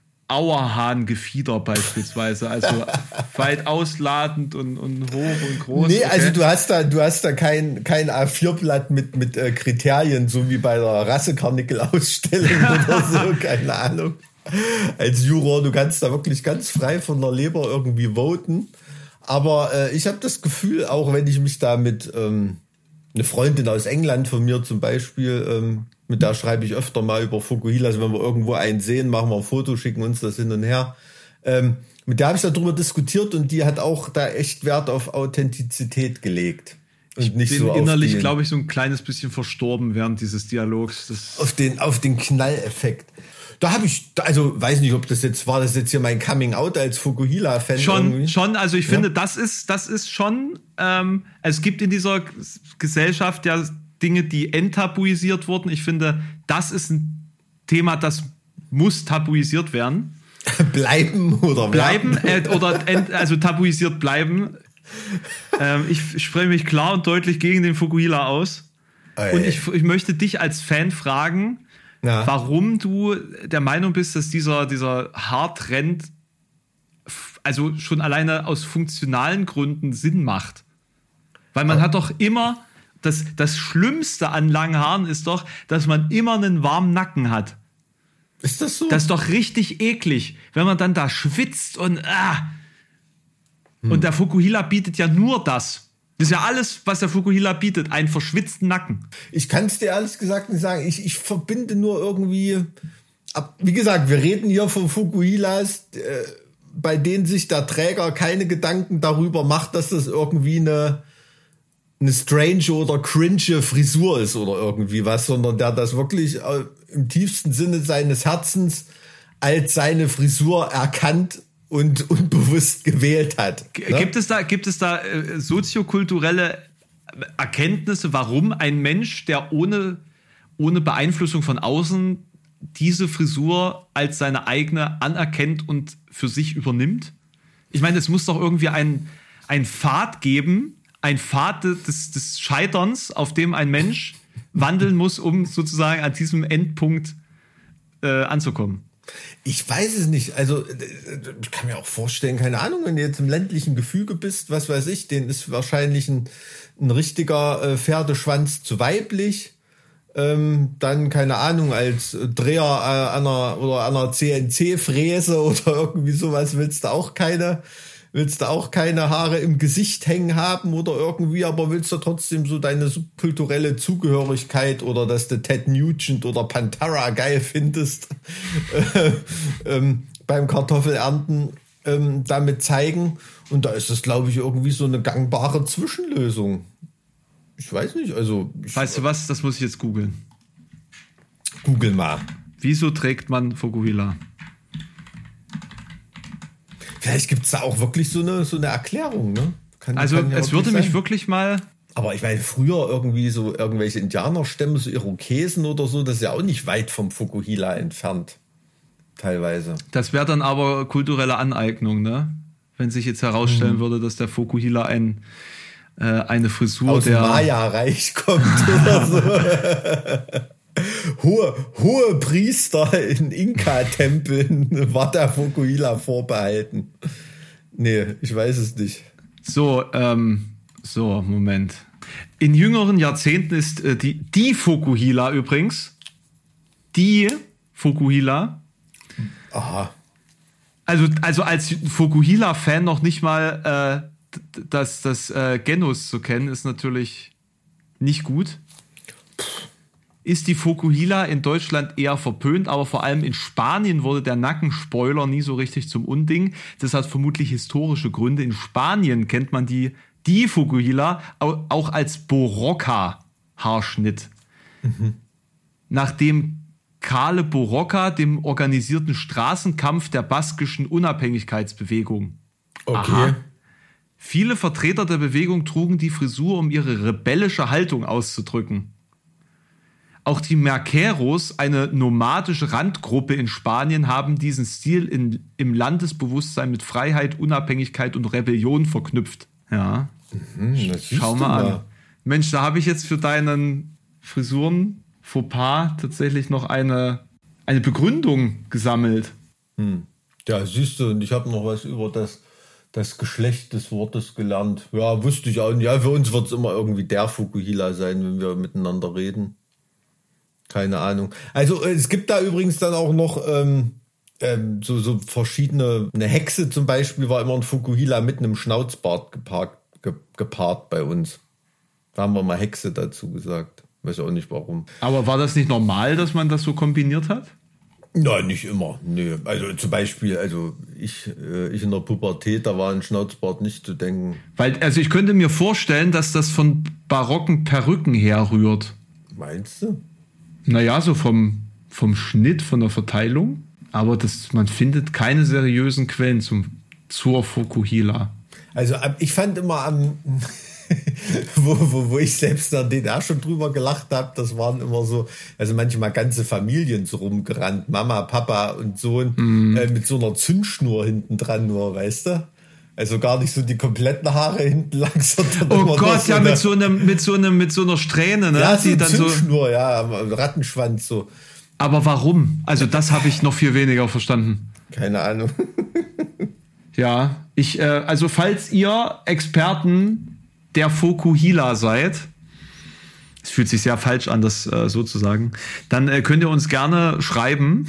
Auerhahn-Gefieder beispielsweise. Also weit ausladend und, und hoch und groß. Nee, okay. also du hast da, du hast da kein, kein A vier Blatt mit, mit äh, Kriterien, so wie bei der Rassekarnickel-Ausstellung oder so, keine Ahnung. Als Juror, du kannst da wirklich ganz frei von der Leber irgendwie voten. Aber äh, ich habe das Gefühl, auch wenn ich mich da mit ähm, eine Freundin aus England von mir zum Beispiel, ähm, mit der schreibe ich öfter mal über Fukuhila, also wenn wir irgendwo einen sehen, machen wir ein Foto, schicken uns das hin und her. Ähm, mit der habe ich darüber diskutiert und die hat auch da echt Wert auf Authentizität gelegt. Und ich nicht bin so auf innerlich, den, glaube ich, so ein kleines bisschen verstorben während dieses Dialogs. Das auf den, auf den Knalleffekt. Da habe ich, also weiß nicht, ob das jetzt war, das jetzt hier mein Coming Out als Fukuhila-Fan. Schon, irgendwie. schon, also ich finde, Ja. das ist, das ist schon, ähm, es gibt in dieser Gesellschaft ja Dinge, die enttabuisiert wurden. Ich finde, das ist ein Thema, das muss tabuisiert werden. Bleiben oder Bleiben, werden. äh, oder ent, also tabuisiert bleiben. ähm, ich spreche mich klar und deutlich gegen den Fukuhila aus. Ey. Und ich, ich möchte dich als Fan fragen, Ja. warum du der Meinung bist, dass dieser, dieser Haartrend f- also schon alleine aus funktionalen Gründen Sinn macht. Weil man hat doch immer, das, das Schlimmste an langen Haaren ist doch, dass man immer einen warmen Nacken hat. Ist das so? Das ist doch richtig eklig, wenn man dann da schwitzt und ah. Und der Fukuhila bietet ja nur das. Das ist ja alles, was der Fukuhila bietet, einen verschwitzten Nacken. Ich kann es dir ehrlich gesagt nicht sagen. Ich, ich verbinde nur irgendwie, ab, wie gesagt, wir reden hier von Fukuhilas, äh, bei denen sich der Träger keine Gedanken darüber macht, dass das irgendwie eine, eine strange oder cringe Frisur ist oder irgendwie was, sondern der das wirklich äh, im tiefsten Sinne seines Herzens als seine Frisur erkannt und unbewusst gewählt hat. G- Ne? Gibt es da, gibt es da äh, soziokulturelle Erkenntnisse, warum ein Mensch, der ohne, ohne Beeinflussung von außen diese Frisur als seine eigene anerkennt und für sich übernimmt? Ich meine, es muss doch irgendwie ein, ein Pfad geben, ein Pfad des, des Scheiterns, auf dem ein Mensch wandeln muss, um sozusagen an diesem Endpunkt äh, anzukommen. Ich weiß es nicht. Also, ich kann mir auch vorstellen, keine Ahnung, wenn du jetzt im ländlichen Gefüge bist, was weiß ich, den ist wahrscheinlich ein, ein richtiger äh, Pferdeschwanz zu weiblich. Ähm, dann, keine Ahnung, als Dreher äh, einer oder einer C N C-Fräse oder irgendwie sowas willst du auch keine, willst du auch keine Haare im Gesicht hängen haben oder irgendwie, aber willst du trotzdem so deine subkulturelle Zugehörigkeit oder dass du Ted Nugent oder Pantera geil findest äh, ähm, beim Kartoffelernten. ähm, damit zeigen. Und da ist das, glaube ich, irgendwie so eine gangbare Zwischenlösung. Ich weiß nicht, also... Ich, weißt du was, das muss ich jetzt googeln. Google mal. Wieso trägt man Fokuhila? Vielleicht gibt es da auch wirklich so eine, so eine Erklärung, ne? Kann, also kann ja es würde sein. mich wirklich mal... Aber ich meine, früher irgendwie so irgendwelche Indianerstämme, so Irokesen oder so, das ist ja auch nicht weit vom Fokuhila entfernt. Teilweise. Das wäre dann aber kulturelle Aneignung, ne? Wenn sich jetzt herausstellen hm. würde, dass der Fokuhila ein, äh, eine Frisur aus der... dem Maya-Reich kommt oder so. Hohe, hohe Priester in Inka-Tempeln war der Fokuhila vorbehalten. Nee, ich weiß es nicht. So, ähm, so, Moment. In jüngeren Jahrzehnten ist äh, die, die Fokuhila übrigens, die Fokuhila, aha. Also, also als Fokuhila-Fan noch nicht mal äh, das, das äh, Genus zu kennen, ist natürlich nicht gut. Ist die Fokuhila in Deutschland eher verpönt, aber vor allem in Spanien wurde der Nackenspoiler nie so richtig zum Unding. Das hat vermutlich historische Gründe. In Spanien kennt man die, die Fokuhila auch als Borroka-Haarschnitt. Mhm. Nachdem Kale Borroka dem organisierten Straßenkampf der baskischen Unabhängigkeitsbewegung. Okay. Aha. Viele Vertreter der Bewegung trugen die Frisur, um ihre rebellische Haltung auszudrücken. Auch die Merqueros, eine nomadische Randgruppe in Spanien, haben diesen Stil in, im Landesbewusstsein mit Freiheit, Unabhängigkeit und Rebellion verknüpft. Ja, mhm, schau mal, mal an. Mensch, da habe ich jetzt für deinen Frisuren Fauxpas tatsächlich noch eine, eine Begründung gesammelt. Hm. Ja, siehst du, und ich habe noch was über das, das Geschlecht des Wortes gelernt. Ja, wusste ich auch nicht. Ja, für uns wird es immer irgendwie der Fokuhila sein, wenn wir miteinander reden. Keine Ahnung. Also es gibt da übrigens dann auch noch ähm, ähm, so, so verschiedene, eine Hexe zum Beispiel war immer ein Fokuhila mit einem Schnauzbart gepaart, ge, gepaart bei uns. Da haben wir mal Hexe dazu gesagt. Weiß auch nicht warum. Aber war das nicht normal, dass man das so kombiniert hat? Nein, nicht immer. Nee. Also zum Beispiel, also ich, äh, ich in der Pubertät, da war ein Schnauzbart nicht zu denken. Weil, also ich könnte mir vorstellen, dass das von barocken Perücken herrührt. Meinst du? Naja, so vom, vom Schnitt, von der Verteilung. Aber das, man findet keine seriösen Quellen zum, zur Fokuhila. Also ich fand immer am... wo, wo, wo ich selbst in der D D R schon drüber gelacht habe, das waren immer so, also manchmal ganze Familien so rumgerannt, Mama, Papa und Sohn, mm. äh, mit so einer Zündschnur hinten dran nur, weißt du? Also gar nicht so die kompletten Haare hinten lang, sondern oh Gott, so ja, eine, mit so einem, mit so einem, mit so einer Strähne, ne? Ja, so die eine dann Zündschnur, so, ja, am Rattenschwanz so. Aber warum? Also das habe ich noch viel weniger verstanden. Keine Ahnung. Ja, ich, äh, also falls ihr Experten der Fokuhila seid, es fühlt sich sehr falsch an, das äh, so zu sagen, dann äh, könnt ihr uns gerne schreiben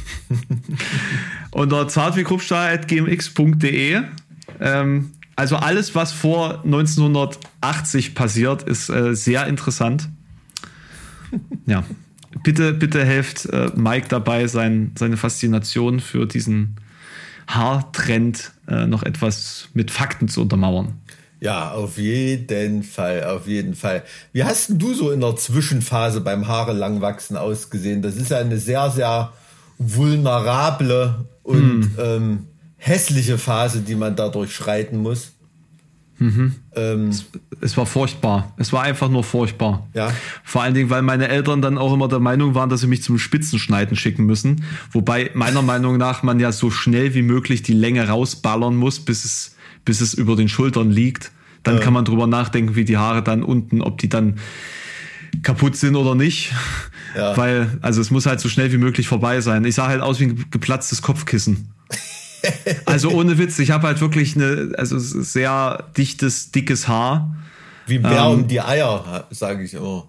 unter zartwiekruppstahl at g m x punkt d e. Ähm, also alles, was vor neunzehnhundertachtzig passiert, ist äh, sehr interessant. Ja, bitte, bitte helft äh, Mike dabei, sein, seine Faszination für diesen Haartrend äh, noch etwas mit Fakten zu untermauern. Ja, auf jeden Fall, auf jeden Fall. Wie hast denn du so in der Zwischenphase beim Haare langwachsen ausgesehen? Das ist ja eine sehr, sehr vulnerable und hm. ähm, hässliche Phase, die man da durchschreiten muss. Mhm. Ähm, es, es war furchtbar. Es war einfach nur furchtbar. Ja. Vor allen Dingen, weil meine Eltern dann auch immer der Meinung waren, dass sie mich zum Spitzenschneiden schicken müssen. Wobei meiner Meinung nach man ja so schnell wie möglich die Länge rausballern muss, bis es bis es über den Schultern liegt. Dann ja. kann man drüber nachdenken, wie die Haare dann unten, ob die dann kaputt sind oder nicht. Ja. Weil, also es muss halt so schnell wie möglich vorbei sein. Ich sah halt aus wie ein geplatztes Kopfkissen. Also ohne Witz, ich habe halt wirklich eine, also sehr dichtes, dickes Haar. Wie Bär ähm, um die Eier, sage ich immer.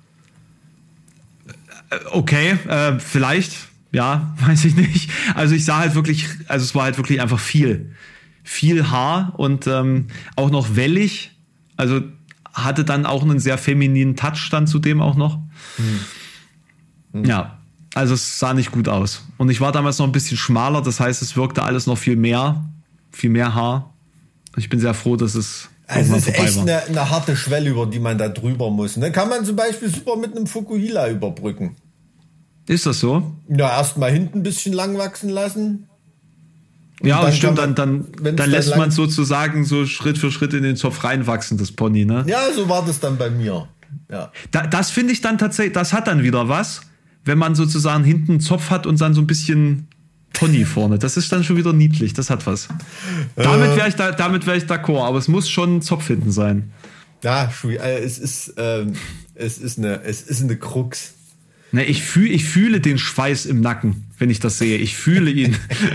Okay, äh, vielleicht, ja, weiß ich nicht. Also ich sah halt wirklich, also es war halt wirklich einfach viel. Viel Haar und ähm, auch noch wellig. Also hatte dann auch einen sehr femininen Touch dann zudem auch noch. Hm. Hm. Ja, also es sah nicht gut aus. Und ich war damals noch ein bisschen schmaler, das heißt, es wirkte alles noch viel mehr viel mehr Haar. Ich bin sehr froh, dass es Also es ist echt war. eine, eine harte Schwelle, über die man da drüber muss. Ne? Kann man zum Beispiel super mit einem Fukuhila überbrücken. Ist das so? Ja, erstmal hinten ein bisschen lang wachsen lassen. Ja, dann stimmt, kann dann, man, dann, dann lässt man sozusagen so Schritt für Schritt in den Zopf reinwachsen, das Pony, ne? Ja, so war das dann bei mir. Ja. Da, das finde ich dann tatsächlich, das hat dann wieder was, wenn man sozusagen hinten einen Zopf hat und dann so ein bisschen Pony vorne. Das ist dann schon wieder niedlich, das hat was. Damit wäre ich da, damit wäre ich d'accord, aber es muss schon ein Zopf hinten sein. Ja, es ist, ähm, es ist eine, es ist eine Krux. Ne, ich, fühl, ich fühle den Schweiß im Nacken, wenn ich das sehe. Ich fühle ihn.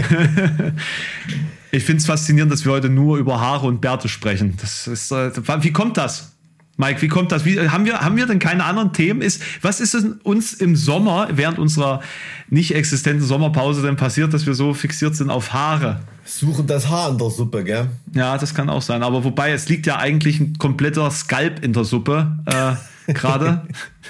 Ich finde es faszinierend, dass wir heute nur über Haare und Bärte sprechen. Das ist, äh, wie kommt das? Mike, wie kommt das? Wie, haben wir, haben wir denn keine anderen Themen? Ist, was ist denn uns im Sommer, während unserer nicht existenten Sommerpause denn passiert, dass wir so fixiert sind auf Haare? Suchen das Haar in der Suppe, gell? Ja, das kann auch sein. Aber wobei, es liegt ja eigentlich ein kompletter Skalp in der Suppe äh, gerade.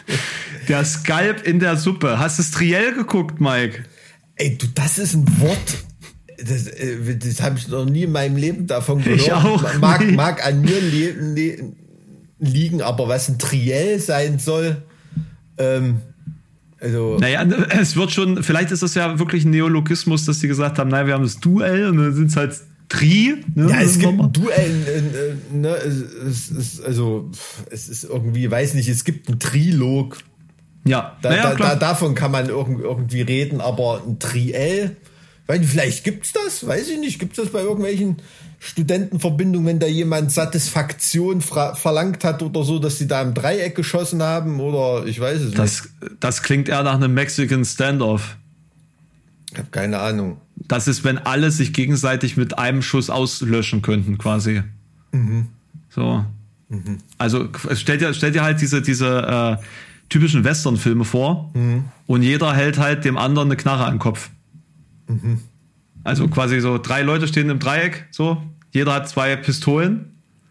Der Skalp in der Suppe. Hast du es Triell geguckt, Mike? Ey, du, das ist ein Wort. Das, das habe ich noch nie in meinem Leben davon gehört. Ich auch mag, nie. mag an mir le- le- liegen, aber was ein Triell sein soll, ähm, also. Naja, es wird schon, vielleicht ist es ja wirklich ein Neologismus, dass sie gesagt haben, naja, wir haben das Duell und dann sind es halt Tri. Ne? Ja, es gibt ein Duell, äh, ne, es, es ist, also, es ist irgendwie, weiß nicht, es gibt ein Trilog. Ja, Da, naja, da, klar. da, davon kann man irg- irgendwie reden, aber ein Triell, weiß nicht, vielleicht gibt's das, weiß ich nicht, gibt's das bei irgendwelchen Studentenverbindungen, wenn da jemand Satisfaktion fra- verlangt hat oder so, dass sie da im Dreieck geschossen haben oder ich weiß es nicht. Das, das klingt eher nach einem Mexican Standoff. Ich habe keine Ahnung. Das ist, wenn alle sich gegenseitig mit einem Schuss auslöschen könnten, quasi. Mhm. So. Mhm. Also stell dir, stell dir halt diese, diese äh, typischen Western-Filme vor mhm. und jeder hält halt dem anderen eine Knarre an den Kopf. Mhm. Also quasi so drei Leute stehen im Dreieck, so. Jeder hat zwei Pistolen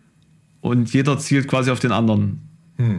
und jeder zielt quasi auf den anderen. Mhm.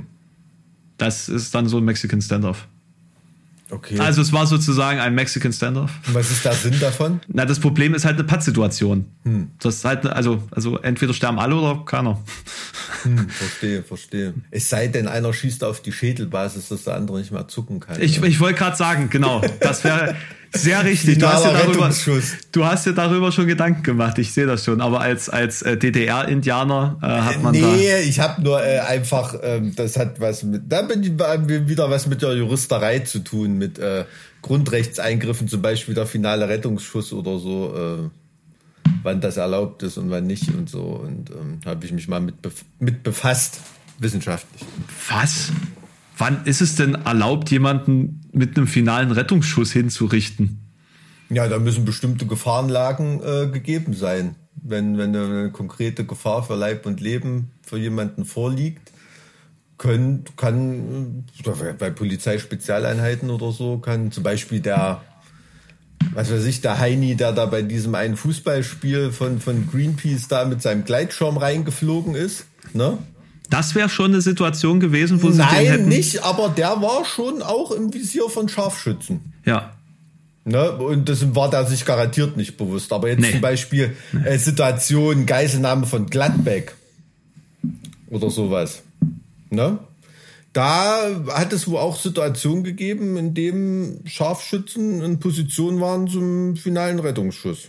Das ist dann so ein Mexican Standoff. Okay. Also es war sozusagen ein Mexican Standoff. Und was ist der Sinn davon? Na, das Problem ist halt eine Pattsituation. Hm. Das ist halt, also, also entweder sterben alle oder keiner. Hm, verstehe, verstehe. Es sei denn, einer schießt auf die Schädelbasis, dass der andere nicht mehr zucken kann. Ich, ne? ich wollte gerade sagen, genau. Das wäre sehr richtig. Du hast, Finaler dir darüber, Rettungsschuss. du hast dir darüber schon Gedanken gemacht. Ich sehe das schon. Aber als, als äh, D D R-Indianer äh, hat man nee, da... Nee, ich habe nur äh, einfach, ähm, das hat was mit, da bin ich haben wir wieder was mit der Juristerei zu tun, mit äh, Grundrechtseingriffen, zum Beispiel der finale Rettungsschuss oder so, äh, wann das erlaubt ist und wann nicht und so. Und ähm, habe ich mich mal mit, bef- mit befasst, wissenschaftlich. Was? Wann ist es denn erlaubt, jemanden mit einem finalen Rettungsschuss hinzurichten? Ja, da müssen bestimmte Gefahrenlagen äh, gegeben sein. Wenn, wenn eine konkrete Gefahr für Leib und Leben für jemanden vorliegt, können, kann bei Polizeispezialeinheiten oder so, kann zum Beispiel der, was weiß ich, der Heini, der da bei diesem einen Fußballspiel von, von Greenpeace da mit seinem Gleitschirm reingeflogen ist, ne? Das wäre schon eine Situation gewesen, wo sie den Nein, hätten... nicht, aber der war schon auch im Visier von Scharfschützen. Ja. Ne? Und das war der sich garantiert nicht bewusst. Aber jetzt Nee. zum Beispiel äh, Situation, Geiselnahme von Gladbeck oder sowas. Ne? Da hat es wohl auch Situationen gegeben, in denen Scharfschützen in Position waren zum finalen Rettungsschuss.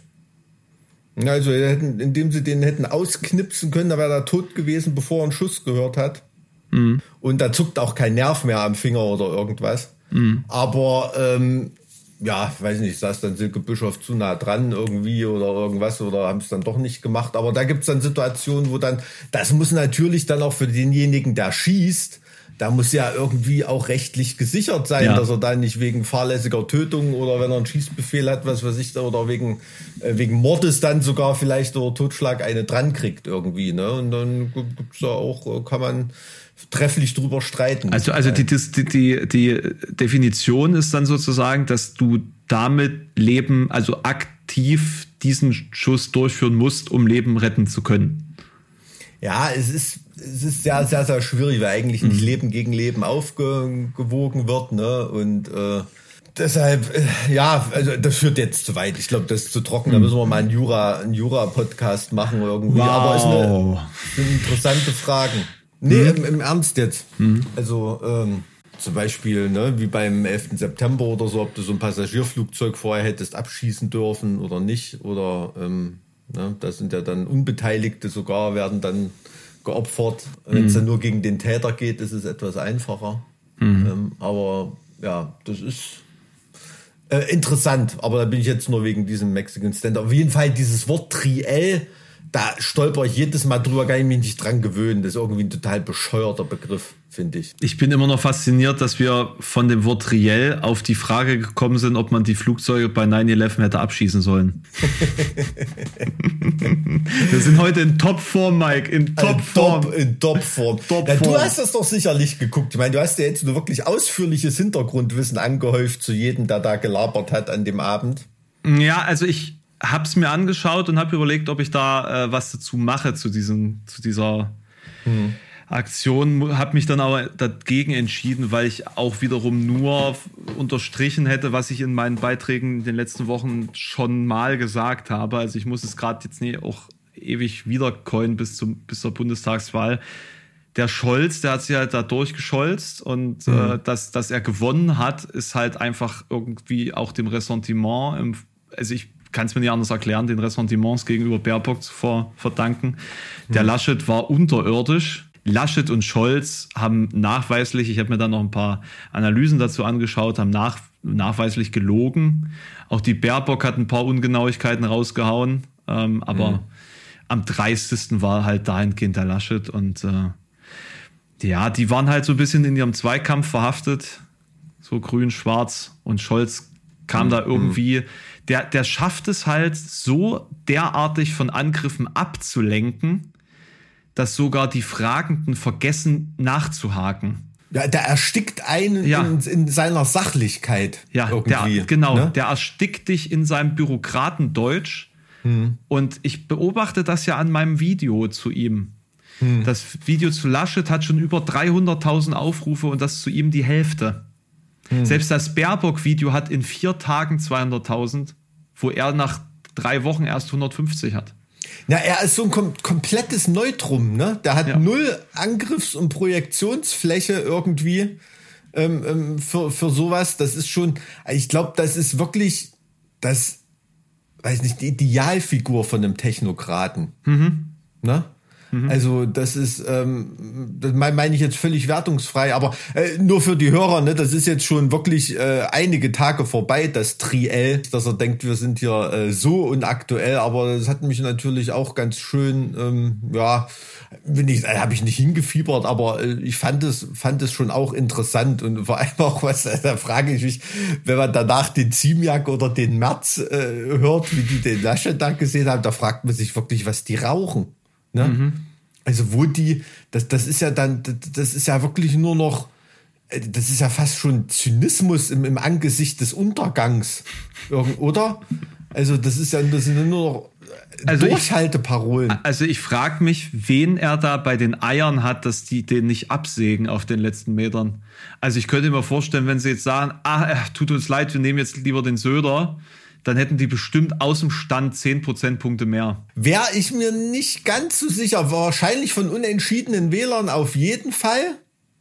Also indem sie den hätten ausknipsen können, da wäre er tot gewesen, bevor er einen Schuss gehört hat. Mhm. Und da zuckt auch kein Nerv mehr am Finger oder irgendwas. Mhm. Aber ähm, ja, weiß nicht, saß dann Silke Bischof zu nah dran irgendwie oder irgendwas oder haben es dann doch nicht gemacht. Aber da gibt es dann Situationen, wo dann, das muss natürlich dann auch für denjenigen, der schießt, da muss ja irgendwie auch rechtlich gesichert sein, ja. dass er dann nicht wegen fahrlässiger Tötung oder wenn er einen Schießbefehl hat, was weiß ich, oder wegen, äh, wegen Mordes dann sogar vielleicht oder Totschlag eine dran kriegt irgendwie, ne? Und dann gibt's da auch, kann man trefflich drüber streiten. Also, also die, die, die, die Definition ist dann sozusagen, dass du damit Leben, also aktiv diesen Schuss durchführen musst, um Leben retten zu können. Ja, es ist, es ist sehr, sehr, sehr schwierig, weil eigentlich nicht Leben gegen Leben aufgewogen wird, ne? Und äh, Deshalb, äh, ja, also das führt jetzt zu weit. Ich glaube, das ist zu trocken. Da müssen wir mal einen Jura, einen Jura-Podcast machen irgendwie. Wow. Aber es ist eine, sind interessante Fragen. Nee, mhm. im, im Ernst jetzt. Mhm. Also ähm, zum Beispiel, ne, wie beim elften September oder so, ob du so ein Passagierflugzeug vorher hättest abschießen dürfen oder nicht. Oder ähm, ne, da sind ja dann Unbeteiligte sogar, werden dann geopfert. Wenn es mhm. dann nur gegen den Täter geht, ist es etwas einfacher. Mhm. Ähm, aber ja, das ist äh, interessant. Aber da bin ich jetzt nur wegen diesem Mexican Stand. Auf jeden Fall dieses Wort Triell, da stolper ich jedes Mal drüber, kann ich mich nicht dran gewöhnen. Das ist irgendwie ein total bescheuerter Begriff, finde ich. Ich bin immer noch fasziniert, dass wir von dem Wort Triell auf die Frage gekommen sind, ob man die Flugzeuge bei neun elf hätte abschießen sollen. Wir sind heute in Topform, Mike, in Topform. Top, in Topform. Top ja, du hast das doch sicherlich geguckt. Ich meine, du hast ja jetzt nur wirklich ausführliches Hintergrundwissen angehäuft zu jedem, der da gelabert hat an dem Abend. Ja, also ich hab's mir angeschaut und habe überlegt, ob ich da äh, was dazu mache zu diesem, zu dieser hm. Aktion. Habe mich dann aber dagegen entschieden, weil ich auch wiederum nur unterstrichen hätte, was ich in meinen Beiträgen in den letzten Wochen schon mal gesagt habe. Also ich muss es gerade jetzt nicht auch ewig wiedercoinen bis zum bis zur Bundestagswahl. Der Scholz, der hat sich halt da durchgescholzt und mhm. äh, dass, dass er gewonnen hat, ist halt einfach irgendwie auch dem Ressentiment, im, also ich kann es mir nicht anders erklären, den Ressentiments gegenüber Baerbock zu ver- verdanken. Der mhm. Laschet war unterirdisch. Laschet und Scholz haben nachweislich, ich habe mir dann noch ein paar Analysen dazu angeschaut, haben nach, nachweislich gelogen. Auch die Baerbock hat ein paar Ungenauigkeiten rausgehauen, ähm, aber mhm. am dreistesten war halt dahingehend der Laschet und äh, ja, die waren halt so ein bisschen in ihrem Zweikampf verhaftet, so grün, schwarz und Scholz kam mhm. da irgendwie, der, der schafft es halt so derartig von Angriffen abzulenken, dass sogar die Fragenden vergessen nachzuhaken. Ja, der erstickt einen ja. in, in seiner Sachlichkeit. Ja, irgendwie, der, genau. Ne? Der erstickt dich in seinem Bürokratendeutsch. Hm. Und ich beobachte das ja an meinem Video zu ihm. Hm. Das Video zu Laschet hat schon über dreihunderttausend Aufrufe und das zu ihm die Hälfte. Hm. Selbst das Baerbock-Video hat in vier Tagen zweihunderttausend, wo er nach drei Wochen erst hundertfünfzig hat. Na, er ist so ein kom- komplettes Neutrum, ne? Der hat ja. null Angriffs- und Projektionsfläche irgendwie ähm, ähm, für, für sowas. Das ist schon, ich glaube, das ist wirklich das, weiß nicht, die Idealfigur von einem Technokraten. Mhm. Ne? Also das ist, ähm, das meine ich jetzt völlig wertungsfrei, aber äh, nur für die Hörer, ne, das ist jetzt schon wirklich äh, einige Tage vorbei, das Triell, dass er denkt, wir sind hier äh, so unaktuell, aber das hat mich natürlich auch ganz schön, ähm, ja, bin ich, äh, habe ich nicht hingefiebert, aber äh, ich fand es, fand es schon auch interessant und vor allem auch was, äh, da frage ich mich, wenn man danach den Ziemiak oder den Merz äh, hört, wie die den Laschet da gesehen haben, da fragt man sich wirklich, was die rauchen. Ne? Mhm. Also wo die, das, das ist ja dann, das ist ja wirklich nur noch, das ist ja fast schon Zynismus im, im Angesicht des Untergangs, oder? Also das ist ja, das sind nur noch also Durchhalteparolen. Ich, also ich frage mich, wen er da bei den Eiern hat, dass die den nicht absägen auf den letzten Metern. Also ich könnte mir vorstellen, wenn sie jetzt sagen, ah, tut uns leid, wir nehmen jetzt lieber den Söder, dann hätten die bestimmt aus dem Stand zehn Prozentpunkte mehr. Wäre ich mir nicht ganz so sicher. Wahrscheinlich von unentschiedenen Wählern auf jeden Fall.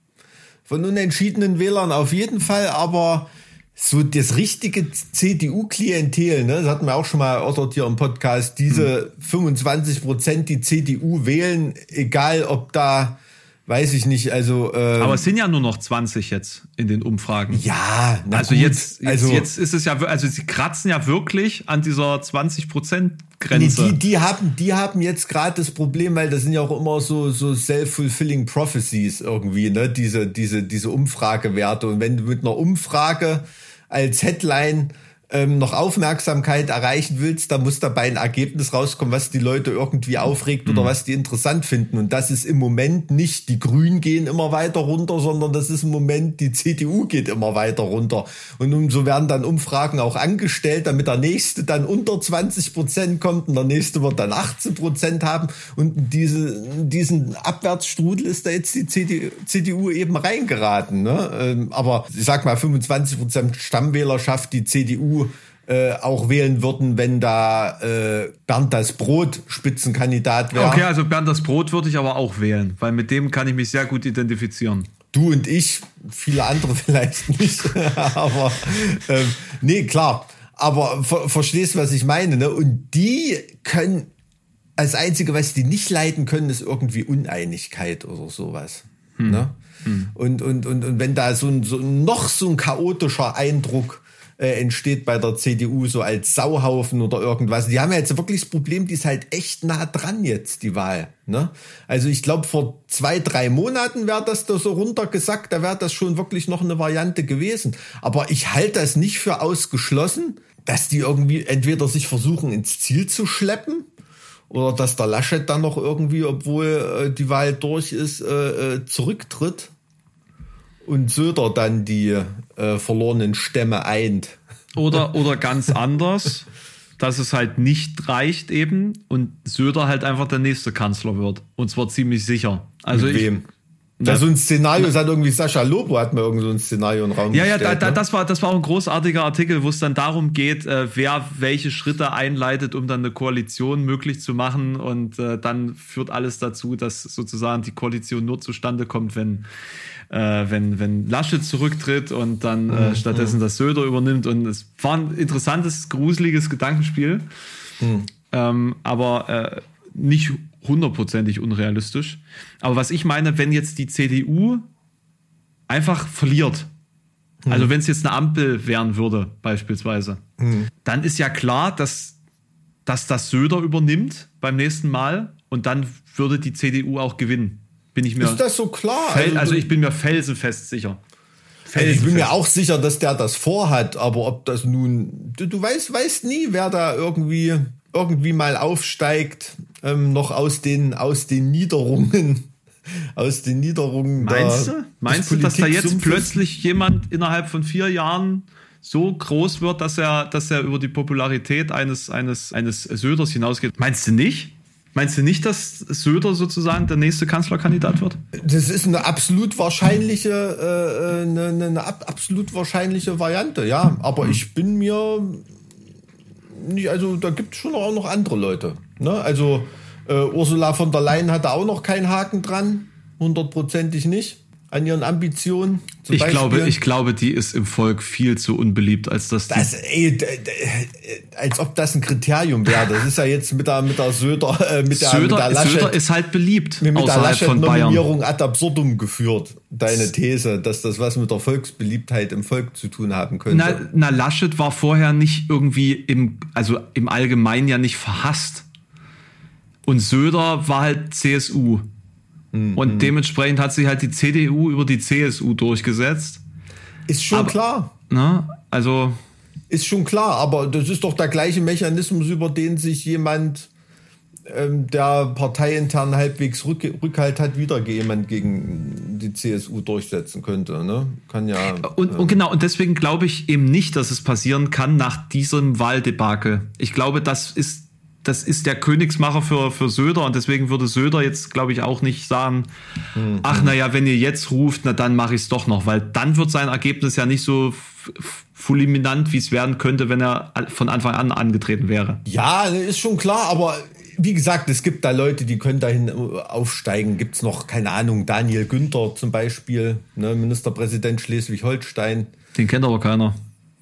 Von unentschiedenen Wählern auf jeden Fall, aber so das richtige C D U-Klientel, ne, das hatten wir auch schon mal erörtert hier im Podcast, diese hm. fünfundzwanzig Prozent, die C D U wählen, egal ob da, weiß ich nicht, also... Ähm, aber es sind ja nur noch zwanzig jetzt in den Umfragen. Ja, na also gut. Jetzt, jetzt, also jetzt ist es ja, also sie kratzen ja wirklich an dieser zwanzig Prozent Grenze. Nee, die, die haben, die haben jetzt gerade das Problem, weil das sind ja auch immer so, so self-fulfilling prophecies irgendwie, ne, diese, diese, diese Umfragewerte. Und wenn du mit einer Umfrage als Headline ähm, noch Aufmerksamkeit erreichen willst, dann muss dabei ein Ergebnis rauskommen, was die Leute irgendwie aufregt oder was die interessant finden. Und das ist im Moment nicht, die Grünen gehen immer weiter runter, sondern das ist im Moment, die C D U geht immer weiter runter. Und so werden dann Umfragen auch angestellt, damit der nächste dann unter zwanzig Prozent kommt und der nächste wird dann achtzehn Prozent haben. Und diese, diesen Abwärtsstrudel ist da jetzt die C D U eben reingeraten. Ne? Aber ich sag mal, fünfundzwanzig Prozent Stammwählerschaft, die C D U Äh, auch wählen würden, wenn da äh, Bernd das Brot Spitzenkandidat wäre. Okay, also Bernd das Brot würde ich aber auch wählen, weil mit dem kann ich mich sehr gut identifizieren. Du und ich, viele andere vielleicht nicht, aber ähm, nee, klar. Aber ver verstehst, was ich meine, ne? Und die können, als Einzige, was die nicht leiden können, ist irgendwie Uneinigkeit oder sowas. Hm. Ne? Hm. Und, und, und, und wenn da so ein, so noch so ein chaotischer Eindruck Äh, entsteht bei der C D U so als Sauhaufen oder irgendwas. Die haben ja jetzt wirklich das Problem, die ist halt echt nah dran jetzt, die Wahl. Ne? Also ich glaube, vor zwei, drei Monaten wäre das da so runtergesackt, da wäre das schon wirklich noch eine Variante gewesen. Aber ich halte das nicht für ausgeschlossen, dass die irgendwie entweder sich versuchen ins Ziel zu schleppen oder dass der Laschet dann noch irgendwie, obwohl äh, die Wahl durch ist, äh, zurücktritt. Und Söder dann die äh, verlorenen Stämme eint. Oder, oder ganz anders, dass es halt nicht reicht eben und Söder halt einfach der nächste Kanzler wird. Und zwar ziemlich sicher. Also Mit ich, wem? Da so ein Szenario, es hat irgendwie Sascha Lobo hat mir irgend so ein Szenario in den Raum ja, gestellt. Ja, da, da, ne? das war das war auch ein großartiger Artikel, wo es dann darum geht, äh, wer welche Schritte einleitet, um dann eine Koalition möglich zu machen. Und äh, dann führt alles dazu, dass sozusagen die Koalition nur zustande kommt, wenn Äh, wenn, wenn Laschet zurücktritt und dann äh, mhm. stattdessen das Söder übernimmt. Und es war ein interessantes, gruseliges Gedankenspiel, mhm. ähm, aber äh, nicht hundertprozentig unrealistisch. Aber was ich meine, wenn jetzt die C D U einfach verliert, mhm. also wenn es jetzt eine Ampel werden würde beispielsweise, mhm. dann ist ja klar, dass, dass das Söder übernimmt beim nächsten Mal und dann würde die C D U auch gewinnen. Bin ich mir ist das so klar? Fel- also ich bin mir felsenfest sicher. Felsenfest. Also ich bin mir auch sicher, dass der das vorhat, aber ob das nun, du, du weißt, weißt nie, wer da irgendwie, irgendwie mal aufsteigt, ähm, noch aus den, aus den Niederungen, aus den Niederungen. Meinst du? Meinst du, dass da jetzt plötzlich jemand innerhalb von vier Jahren so groß wird, dass er, dass er über die Popularität eines, eines, eines Söders hinausgeht? Meinst du nicht? Meinst du nicht, dass Söder sozusagen der nächste Kanzlerkandidat wird? Das ist eine absolut wahrscheinliche, äh, eine, eine ab, absolut wahrscheinliche Variante, ja. Aber mhm. ich bin mir nicht, also da gibt es schon auch noch andere Leute. Ne? Also äh, Ursula von der Leyen hatte auch noch keinen Haken dran, hundertprozentig nicht. An ihren Ambitionen. Ich Beispiel. glaube, ich glaube, die ist im Volk viel zu unbeliebt, als dass die das, ey, d- d- als ob das ein Kriterium wäre. Das ist ja jetzt mit der mit der Söder, äh, mit der, Söder, mit der Laschet, Söder ist halt beliebt mit der Laschet-Nominierung ad absurdum geführt. Deine These, dass das was mit der Volksbeliebtheit im Volk zu tun haben könnte. Na, na Laschet war vorher nicht irgendwie im, also im Allgemeinen ja nicht verhasst. Und Söder war halt C S U. Und dementsprechend hat sich halt die C D U über die C S U durchgesetzt. Ist schon aber, klar. Ne? Also. Ist schon klar, aber das ist doch der gleiche Mechanismus, über den sich jemand, ähm, der parteiintern halbwegs Rück, Rückhalt hat, wieder jemand gegen die C S U durchsetzen könnte. Ne? Kann ja. Und, ähm, und genau, und deswegen glaube ich eben nicht, dass es passieren kann nach diesem Wahldebakel. Ich glaube, das ist Das ist der Königsmacher für, für Söder und deswegen würde Söder jetzt, glaube ich, auch nicht sagen, mhm. ach naja, wenn ihr jetzt ruft, na dann mache ich es doch noch, weil dann wird sein Ergebnis ja nicht so f- fulminant, wie es werden könnte, wenn er von Anfang an angetreten wäre. Ja, ist schon klar, aber wie gesagt, es gibt da Leute, die können dahin aufsteigen. Gibt's noch, keine Ahnung, Daniel Günther zum Beispiel, ne, Ministerpräsident Schleswig-Holstein. Den kennt aber keiner.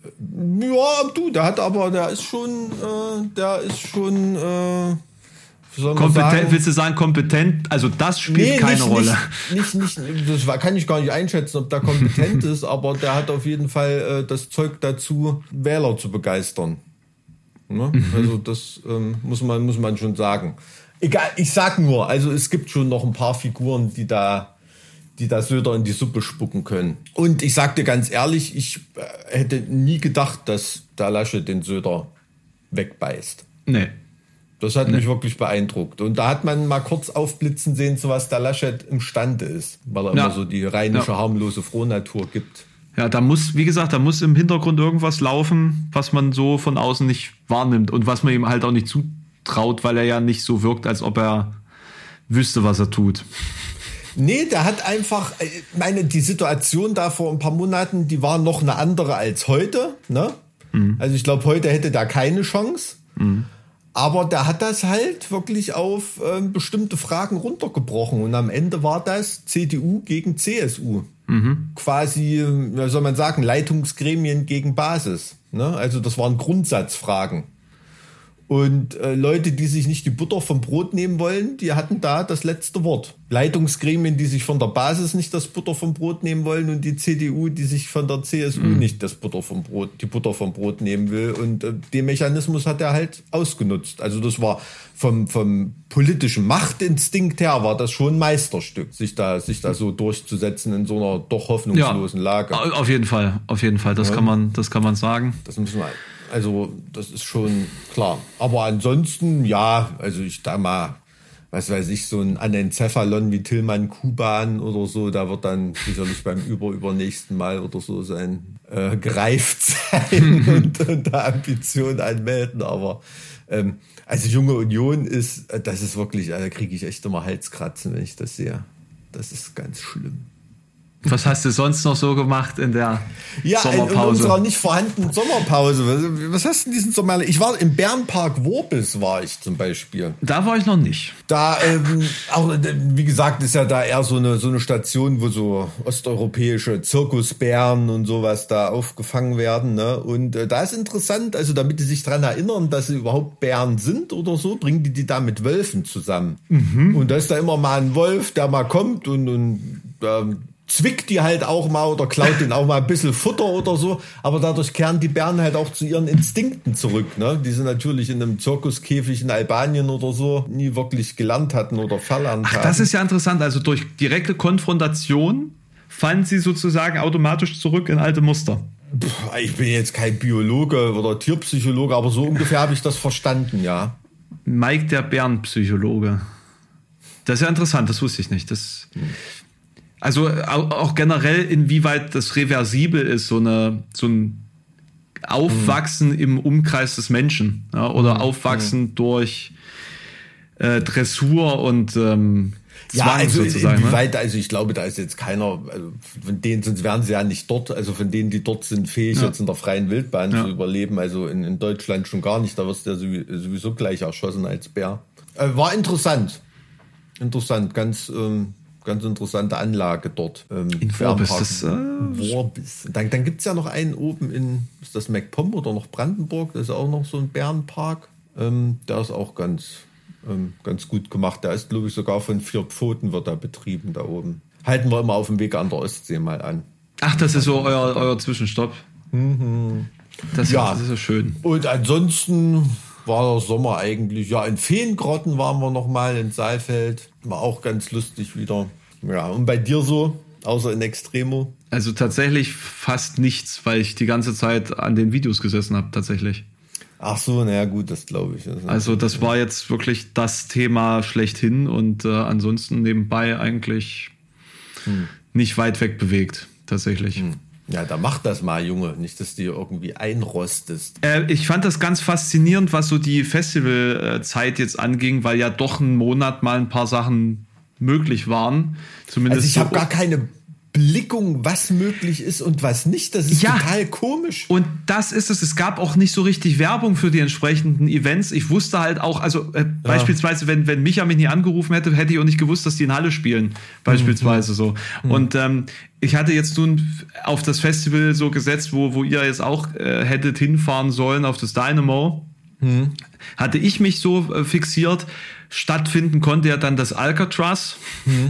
Ja, du, der hat aber, der ist schon, äh, der ist schon, äh, kompetent, willst du sagen kompetent? Also das spielt nee, keine nicht, Rolle. Nicht, nicht, nicht, das kann ich gar nicht einschätzen, ob der kompetent ist, aber der hat auf jeden Fall äh, das Zeug dazu, Wähler zu begeistern. Ne? Mhm. Also das ähm, muss man, muss man schon sagen. Egal, ich sag nur, also es gibt schon noch ein paar Figuren, die da, die da Söder in die Suppe spucken können. Und ich sag dir ganz ehrlich, ich äh, hätte nie gedacht, dass der Laschet den Söder wegbeißt. Nee. Das hat nee. mich wirklich beeindruckt. Und da hat man mal kurz aufblitzen sehen, zu was der Laschet imstande ist, weil er ja. immer so die rheinische, ja. harmlose Frohnatur gibt. Ja, da muss, wie gesagt, da muss im Hintergrund irgendwas laufen, was man so von außen nicht wahrnimmt und was man ihm halt auch nicht zutraut, weil er ja nicht so wirkt, als ob er wüsste, was er tut. Nee, der hat einfach, ich meine, die Situation da vor ein paar Monaten, die war noch eine andere als heute. Ne? Mhm. Also ich glaube, heute hätte der keine Chance. Mhm. Aber der hat das halt wirklich auf äh, bestimmte Fragen runtergebrochen. Und am Ende war das C D U gegen C S U. Mhm. Quasi, wie soll man sagen, Leitungsgremien gegen Basis. Ne? Also das waren Grundsatzfragen. Und äh, Leute, die sich nicht die Butter vom Brot nehmen wollen, die hatten da das letzte Wort. Leitungsgremien, die sich von der Basis nicht das Butter vom Brot nehmen wollen und die C D U, die sich von der C S U mhm. nicht das Butter vom Brot, die Butter vom Brot nehmen will. Und äh, den Mechanismus hat er halt ausgenutzt. Also das war vom, vom politischen Machtinstinkt her war das schon ein Meisterstück, sich da, sich da so durchzusetzen in so einer doch hoffnungslosen ja, Lage. Auf jeden Fall, auf jeden Fall. Das ja. kann man, das kann man sagen. Das müssen wir. Also, das ist schon klar. Aber ansonsten, ja, also ich da mal, was weiß ich, so ein Anencephalon wie Tillmann Kuban oder so, da wird dann sicherlich beim überübernächsten Mal oder so sein, äh, gereift sein und, und da Ambitionen anmelden. Aber, ähm, also Junge Union ist, das ist wirklich, da kriege ich echt immer Halskratzen, wenn ich das sehe. Das ist ganz schlimm. Was hast du sonst noch so gemacht in der ja, Sommerpause? Ja, in unserer nicht vorhandenen Sommerpause. Was hast du denn diesen Sommer? Ich war im Bärenpark Worbis, war ich zum Beispiel. Da war ich noch nicht. Da, ähm, auch, wie gesagt, ist ja da eher so eine, so eine Station, wo so osteuropäische Zirkusbären und sowas da aufgefangen werden. Ne? Und äh, da ist interessant, also damit die sich dran erinnern, dass sie überhaupt Bären sind oder so, bringen die die da mit Wölfen zusammen. Mhm. Und da ist da immer mal ein Wolf, der mal kommt und, und ähm, zwickt die halt auch mal oder klaut denen auch mal ein bisschen Futter oder so, aber dadurch kehren die Bären halt auch zu ihren Instinkten zurück, ne? Die sie natürlich in einem Zirkuskäfig in Albanien oder so nie wirklich gelernt hatten oder verlernt Ach, haben. Das ist ja interessant, also durch direkte Konfrontation fallen sie sozusagen automatisch zurück in alte Muster. Puh, ich bin jetzt kein Biologe oder Tierpsychologe, aber so ungefähr habe ich das verstanden, ja. Mike, der Bärenpsychologe. Das ist ja interessant, das wusste ich nicht. Das... Hm. Also auch generell, inwieweit das reversibel ist, so, eine, so ein Aufwachsen mhm. im Umkreis des Menschen, ja, oder mhm. Aufwachsen mhm. durch äh, Dressur und ähm, Zwang, ja, also sozusagen. Inwieweit, ne? Also ich glaube, da ist jetzt keiner, also von denen, sonst wären sie ja nicht dort, also von denen, die dort sind, fähig, ja. jetzt in der freien Wildbahn ja. zu überleben, also in, in Deutschland schon gar nicht, da wirst du ja sowieso gleich erschossen als Bär. Äh, war interessant. Interessant, ganz... Ähm, Ganz interessante Anlage dort. Ähm, in Worbis. Das, äh, Worbis. Dann, dann gibt es ja noch einen oben in, ist das MacPom oder noch Brandenburg? Das ist auch noch so ein Bärenpark. Ähm, der ist auch ganz, ähm, ganz gut gemacht. Der ist, glaube ich, sogar von vier Pfoten wird er betrieben da oben. Halten wir immer auf dem Weg an der Ostsee mal an. Ach, das ist so euer, euer Zwischenstopp. Mhm. Das, ja. das ist so schön. Und ansonsten war der Sommer eigentlich, ja, in Feengrotten waren wir noch mal in Saalfeld. War auch ganz lustig wieder. Ja, und bei dir so, außer in Extremo? Also tatsächlich fast nichts, weil ich die ganze Zeit an den Videos gesessen habe, tatsächlich. Ach so, naja gut, das glaube ich. Das also das war jetzt wirklich das Thema schlechthin und äh, ansonsten nebenbei eigentlich hm. nicht weit weg bewegt, tatsächlich. Hm. Ja, da mach das mal, Junge. Nicht, dass du irgendwie einrostest. Äh, ich fand das ganz faszinierend, was so die Festivalzeit jetzt anging, weil ja doch einen Monat mal ein paar Sachen möglich waren. Zumindest also ich so habe gar keine Blickung, was möglich ist und was nicht. Das ist ja total komisch. Und das ist es. Es gab auch nicht so richtig Werbung für die entsprechenden Events. Ich wusste halt auch, also äh, ja. beispielsweise, wenn, wenn Micha mich nie angerufen hätte, hätte ich auch nicht gewusst, dass die in Halle spielen. Beispielsweise mhm. so. Mhm. Und ähm, ich hatte jetzt nun auf das Festival so gesetzt, wo, wo ihr jetzt auch äh, hättet hinfahren sollen, auf das Dynamo. Mhm. Hatte ich mich so äh, fixiert. Stattfinden konnte ja dann das Alcatraz. Mhm.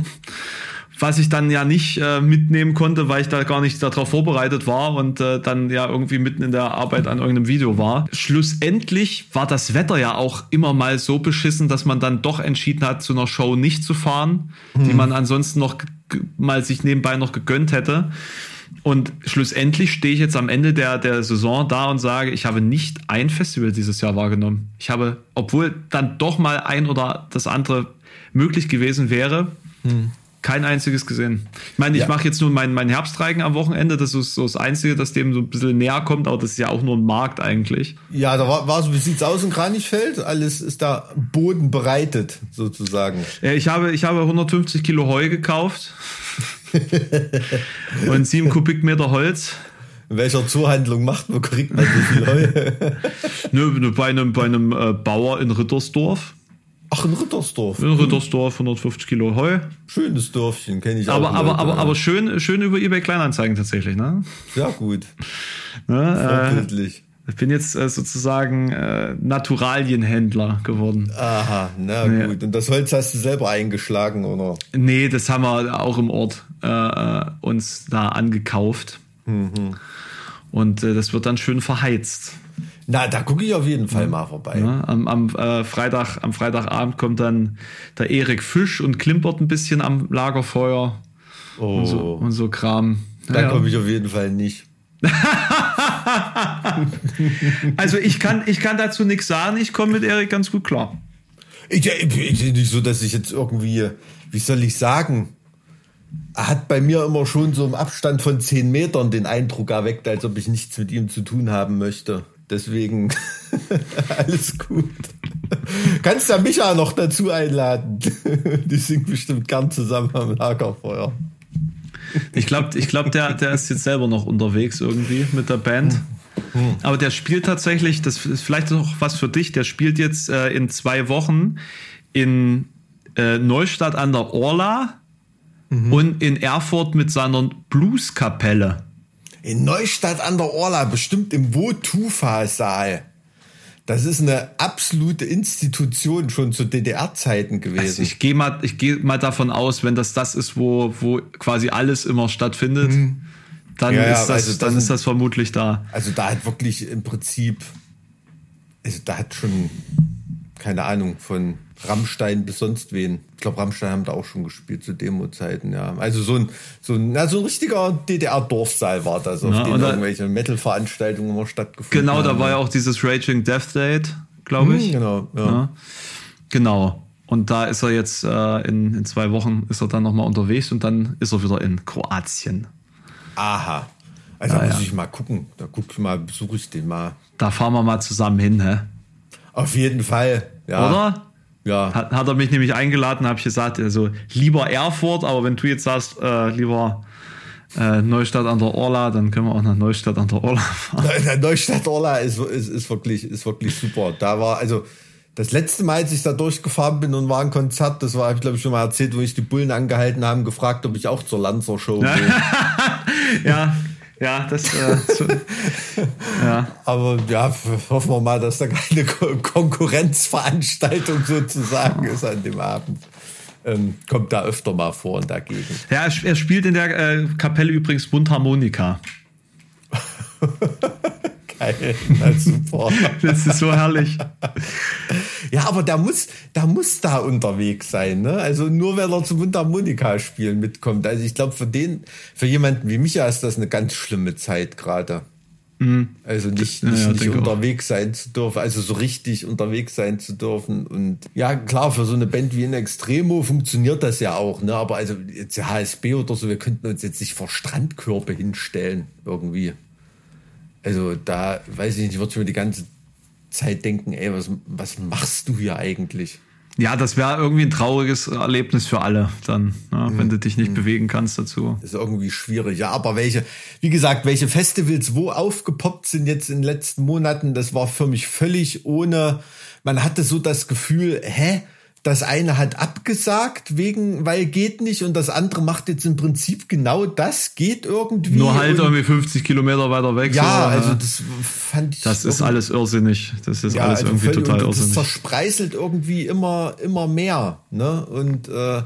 Was ich dann ja nicht äh, mitnehmen konnte, weil ich da gar nicht darauf vorbereitet war und äh, dann ja irgendwie mitten in der Arbeit an irgendeinem Video war. Schlussendlich war das Wetter ja auch immer mal so beschissen, dass man dann doch entschieden hat, zu einer Show nicht zu fahren, hm. die man ansonsten noch g- mal sich nebenbei noch gegönnt hätte. Und schlussendlich stehe ich jetzt am Ende der, der Saison da und sage, ich habe nicht ein Festival dieses Jahr wahrgenommen. Ich habe, obwohl dann doch mal ein oder das andere möglich gewesen wäre, hm. kein einziges gesehen. Ich meine, ich ja. mache jetzt nur meinen mein Herbstreigen am Wochenende. Das ist so das Einzige, das dem so ein bisschen näher kommt. Aber das ist ja auch nur ein Markt eigentlich. Ja, da war, war so, wie sieht's aus in Kranichfeld? Alles ist da Boden bereitet, sozusagen. Ich habe, ich habe hundertfünfzig Kilo Heu gekauft. Und sieben Kubikmeter Holz. In welcher Zuhandlung macht man, kriegt man so viel Heu? Nö, bei einem, bei einem äh, Bauer in Rittersdorf. Ach, in Rittersdorf. In Rittersdorf, hundertfünfzig Kilo Heu. Schönes Dörfchen, kenne ich aber, auch. Aber, Leute, aber, ja. aber schön, schön über eBay Kleinanzeigen tatsächlich, ne? Ja, gut. Ne, Vorbildlich. Äh, ich bin jetzt äh, sozusagen äh, Naturalienhändler geworden. Aha, na ja. gut. Und das Holz hast du selber eingeschlagen, oder? Nee, das haben wir auch im Ort äh, uns da angekauft. Mhm. Und äh, das wird dann schön verheizt. Na, da gucke ich auf jeden Fall mal vorbei. Ja, am am, äh, Freitag, am Freitagabend kommt dann der Erik Fisch und klimpert ein bisschen am Lagerfeuer. Oh. Und, so, und so Kram. Da ja. komme ich auf jeden Fall nicht. Also ich kann, ich kann dazu nichts sagen. Ich komme mit Erik ganz gut klar. Ich, ich, ich, nicht so, dass ich jetzt irgendwie, wie soll ich sagen, er hat bei mir immer schon so im Abstand von zehn Metern den Eindruck erweckt, als ob ich nichts mit ihm zu tun haben möchte. Deswegen alles gut. Kannst ja Micha noch dazu einladen. Die singen bestimmt gern zusammen am Lagerfeuer. Ich glaube, ich glaub, der, der ist jetzt selber noch unterwegs irgendwie mit der Band. Hm. Aber der spielt tatsächlich, das ist vielleicht auch was für dich, der spielt jetzt äh, in zwei Wochen in äh, Neustadt an der Orla mhm. und in Erfurt mit seiner Blueskapelle. In Neustadt an der Orla, bestimmt im Wotufa-Saal. Das ist eine absolute Institution schon zu D D R-Zeiten gewesen. Also ich gehe mal, ich gehe mal davon aus, wenn das das ist, wo, wo quasi alles immer stattfindet, hm. dann, ja, ist, das, also das dann ist das vermutlich da. Also da hat wirklich im Prinzip, also da hat schon, keine Ahnung, von Rammstein bis sonst wen. Ich glaube, Rammstein haben da auch schon gespielt zu Demo-Zeiten, ja. Also so ein, so ein, na, so ein richtiger D D R-Dorfsaal war das, auf ja, dem irgendwelche Metal-Veranstaltungen immer stattgefunden genau, haben. Genau, da war ja auch dieses Raging Death Date, glaube ich. Hm, genau, ja. ja. Genau. Und da ist er jetzt äh, in, in zwei Wochen ist er dann nochmal unterwegs und dann ist er wieder in Kroatien. Aha. Also ja, da muss ja. ich mal gucken. Da guck ich mal, besuche ich den mal. Da fahren wir mal zusammen hin, hä? Auf jeden Fall, ja. Oder? Ja. Hat, hat er mich nämlich eingeladen, habe ich gesagt, also lieber Erfurt, aber wenn du jetzt sagst, äh, lieber äh, Neustadt an der Orla, dann können wir auch nach Neustadt an der Orla fahren. Neustadt Orla ist, ist, ist, wirklich, ist wirklich super. Da war, also das letzte Mal, als ich da durchgefahren bin und war ein Konzert, das war, habe ich glaube ich schon mal erzählt, wo ich die Bullen angehalten haben, gefragt, ob ich auch zur Lanzer Show will. Ja. Ja, das äh, so, ja. Aber ja, hoffen wir mal, dass da keine Konkurrenzveranstaltung sozusagen ist an dem Abend. Ähm, kommt da öfter mal vor in der Gegend. Ja, er spielt in der äh, Kapelle übrigens Mundharmonika. Geil, na super. Das ist so herrlich. Ja, aber der muss, der muss da unterwegs sein, ne? Also nur wenn er zum Mundharmonika-Spielen mitkommt. Also ich glaube, für den, für jemanden wie Micha ist das eine ganz schlimme Zeit gerade. Mhm. Also nicht, nicht, ja, nicht unterwegs auch. sein zu dürfen, also so richtig unterwegs sein zu dürfen. Und ja, klar, für so eine Band wie in Extremo funktioniert das ja auch, ne? Aber also jetzt H S B oder so, wir könnten uns jetzt nicht vor Strandkörbe hinstellen, irgendwie. Also da, weiß ich nicht, ich würde mir die ganze Zeit denken, ey, was, was machst du hier eigentlich? Ja, das wäre irgendwie ein trauriges Erlebnis für alle dann, ne, mhm. wenn du dich nicht mhm. bewegen kannst dazu. Das ist irgendwie schwierig, ja, aber welche, wie gesagt, welche Festivals wo aufgepoppt sind jetzt in den letzten Monaten, das war für mich völlig ohne, man hatte so das Gefühl, hä? Das eine hat abgesagt, wegen, weil geht nicht, und das andere macht jetzt im Prinzip genau das, geht irgendwie. Nur halt irgendwie fünfzig Kilometer weiter weg. Ja, so, also das fand ich. Das ist alles irrsinnig. Das ist ja, alles also irgendwie völlig, total und irrsinnig. Das zerspreißelt irgendwie immer, immer mehr, ne? Und, äh,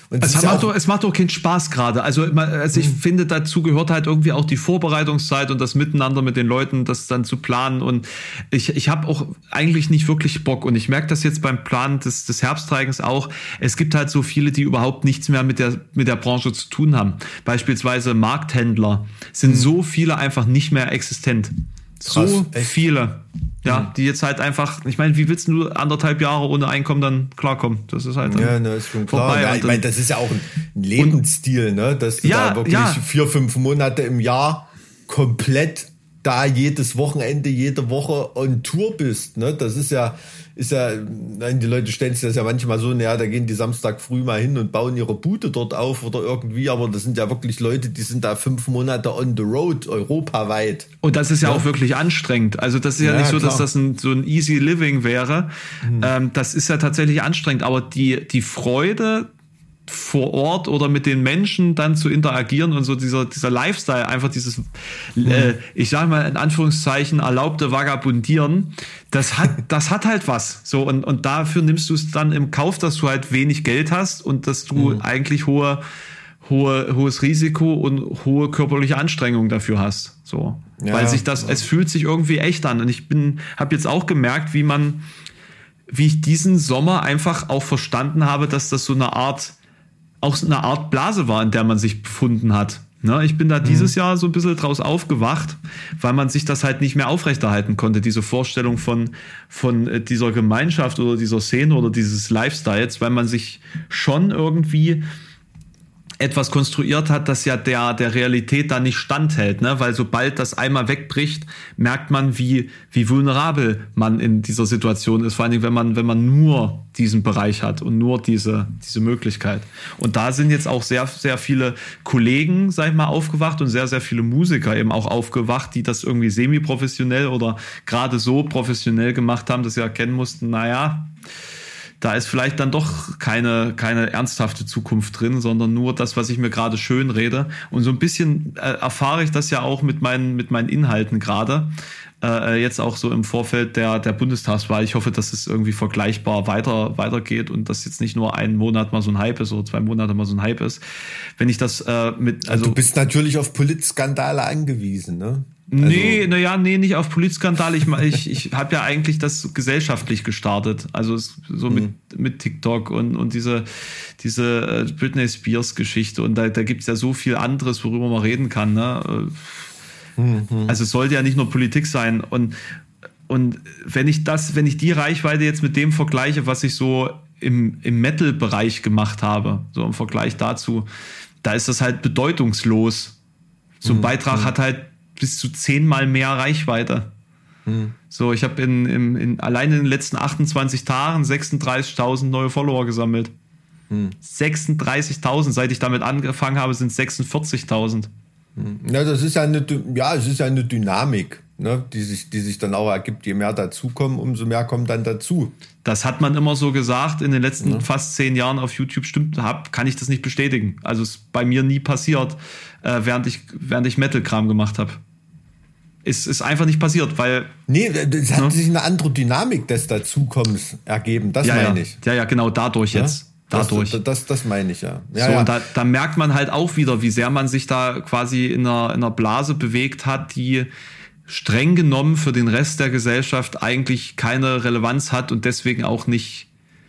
Und es, ist macht ja doch, es macht doch keinen Spaß gerade. Also, also ich mhm. finde, dazu gehört halt irgendwie auch die Vorbereitungszeit und das Miteinander mit den Leuten, das dann zu planen. Und ich, ich habe auch eigentlich nicht wirklich Bock. Und ich merke das jetzt beim Plan des, des Herbstreigens auch. Es gibt halt so viele, die überhaupt nichts mehr mit der, mit der Branche zu tun haben. Beispielsweise Markthändler sind mhm. so viele einfach nicht mehr existent. Krass, so echt? viele. Ja, mhm. die jetzt halt einfach, ich meine, wie willst du anderthalb Jahre ohne Einkommen dann klarkommen? Das ist halt dann ja, ne, ist schon klar. vorbei. Ja, ich meine, das ist ja auch ein Lebensstil, ne, dass du ja, da wirklich ja. vier, fünf Monate im Jahr komplett da jedes Wochenende, jede Woche on Tour bist, ne? Das ist ja, ist ja, nein, die Leute stellen sich das ja manchmal so, naja, da gehen die Samstag früh mal hin und bauen ihre Bude dort auf oder irgendwie, aber das sind ja wirklich Leute, die sind da fünf Monate on the road, europaweit. Und das ist ja, ja. auch wirklich anstrengend. Also das ist ja, ja nicht so, klar. dass das ein, so ein easy living wäre. Mhm. Ähm, das ist ja tatsächlich anstrengend, aber die, die Freude vor Ort oder mit den Menschen dann zu interagieren und so dieser, dieser Lifestyle, einfach dieses, mhm. äh, ich sag mal in Anführungszeichen, erlaubte Vagabundieren, das hat, das hat halt was. So, und, und dafür nimmst du es dann im Kauf, dass du halt wenig Geld hast und dass du mhm. eigentlich hohe, hohe, hohes Risiko und hohe körperliche Anstrengung dafür hast. So. Ja, weil sich das, ja. es fühlt sich irgendwie echt an. Und ich bin, habe jetzt auch gemerkt, wie man, wie ich diesen Sommer einfach auch verstanden habe, dass das so eine Art auch so eine Art Blase war, in der man sich befunden hat. Ne, ich bin da mhm. dieses Jahr so ein bisschen draus aufgewacht, weil man sich das halt nicht mehr aufrechterhalten konnte, diese Vorstellung von, von dieser Gemeinschaft oder dieser Szene oder dieses Lifestyles, weil man sich schon irgendwie etwas konstruiert hat, das ja der, der Realität da nicht standhält, ne? Weil sobald das einmal wegbricht, merkt man, wie, wie vulnerabel man in dieser Situation ist. Vor allen Dingen, wenn man, wenn man nur diesen Bereich hat und nur diese, diese Möglichkeit. Und da sind jetzt auch sehr, sehr viele Kollegen, sag ich mal, aufgewacht und sehr, sehr viele Musiker eben auch aufgewacht, die das irgendwie semi-professionell oder gerade so professionell gemacht haben, dass sie erkennen mussten, naja, da ist vielleicht dann doch keine, keine ernsthafte Zukunft drin, sondern nur das, was ich mir gerade schön rede. Und so ein bisschen äh, erfahre ich das ja auch mit meinen, mit meinen Inhalten gerade. Äh, jetzt auch so im Vorfeld der, der Bundestagswahl. Ich hoffe, dass es irgendwie vergleichbar weiter, weitergeht und dass jetzt nicht nur einen Monat mal so ein Hype ist oder zwei Monate mal so ein Hype ist. Wenn ich das äh, mit, also. Du bist natürlich auf Politskandale angewiesen, ne? Also nee, naja, nee, nicht auf Politskandal. Ich, ich, ich habe ja eigentlich das gesellschaftlich gestartet. Also so mit, mhm. mit TikTok und, und diese, diese Britney Spears Geschichte. Und da, da gibt's ja so viel anderes, worüber man reden kann. Ne? Mhm. Also es sollte ja nicht nur Politik sein. Und, und wenn ich das, wenn ich die Reichweite jetzt mit dem vergleiche, was ich so im, im Metal-Bereich gemacht habe, so im Vergleich dazu, da ist das halt bedeutungslos. So ein mhm. Beitrag mhm. hat halt bis zu zehnmal mehr Reichweite. Hm. So, ich habe in, in, in, allein in den letzten achtundzwanzig Tagen sechsunddreißigtausend neue Follower gesammelt. Hm. sechsunddreißigtausend, seit ich damit angefangen habe, sind es sechsundvierzigtausend. Hm. Ja, das ist ja eine, ja, es ist ja eine Dynamik, ne, die sich, die sich dann auch ergibt. Je mehr dazukommen, umso mehr kommen dann dazu. Das hat man immer so gesagt. In den letzten ja. fast zehn Jahren auf YouTube stimmt, hab, kann ich das nicht bestätigen. Also es ist bei mir nie passiert, äh, während ich, während ich Metal-Kram gemacht habe. Ist, ist einfach nicht passiert, weil... Nee, es hat ne? sich eine andere Dynamik des Dazukommens ergeben, das ja, meine ja. ich. Ja, ja, genau, dadurch ja? jetzt. Dadurch. Das, das, das meine ich, ja. ja so, ja. Und da, da merkt man halt auch wieder, wie sehr man sich da quasi in einer, in einer Blase bewegt hat, die streng genommen für den Rest der Gesellschaft eigentlich keine Relevanz hat und deswegen auch nicht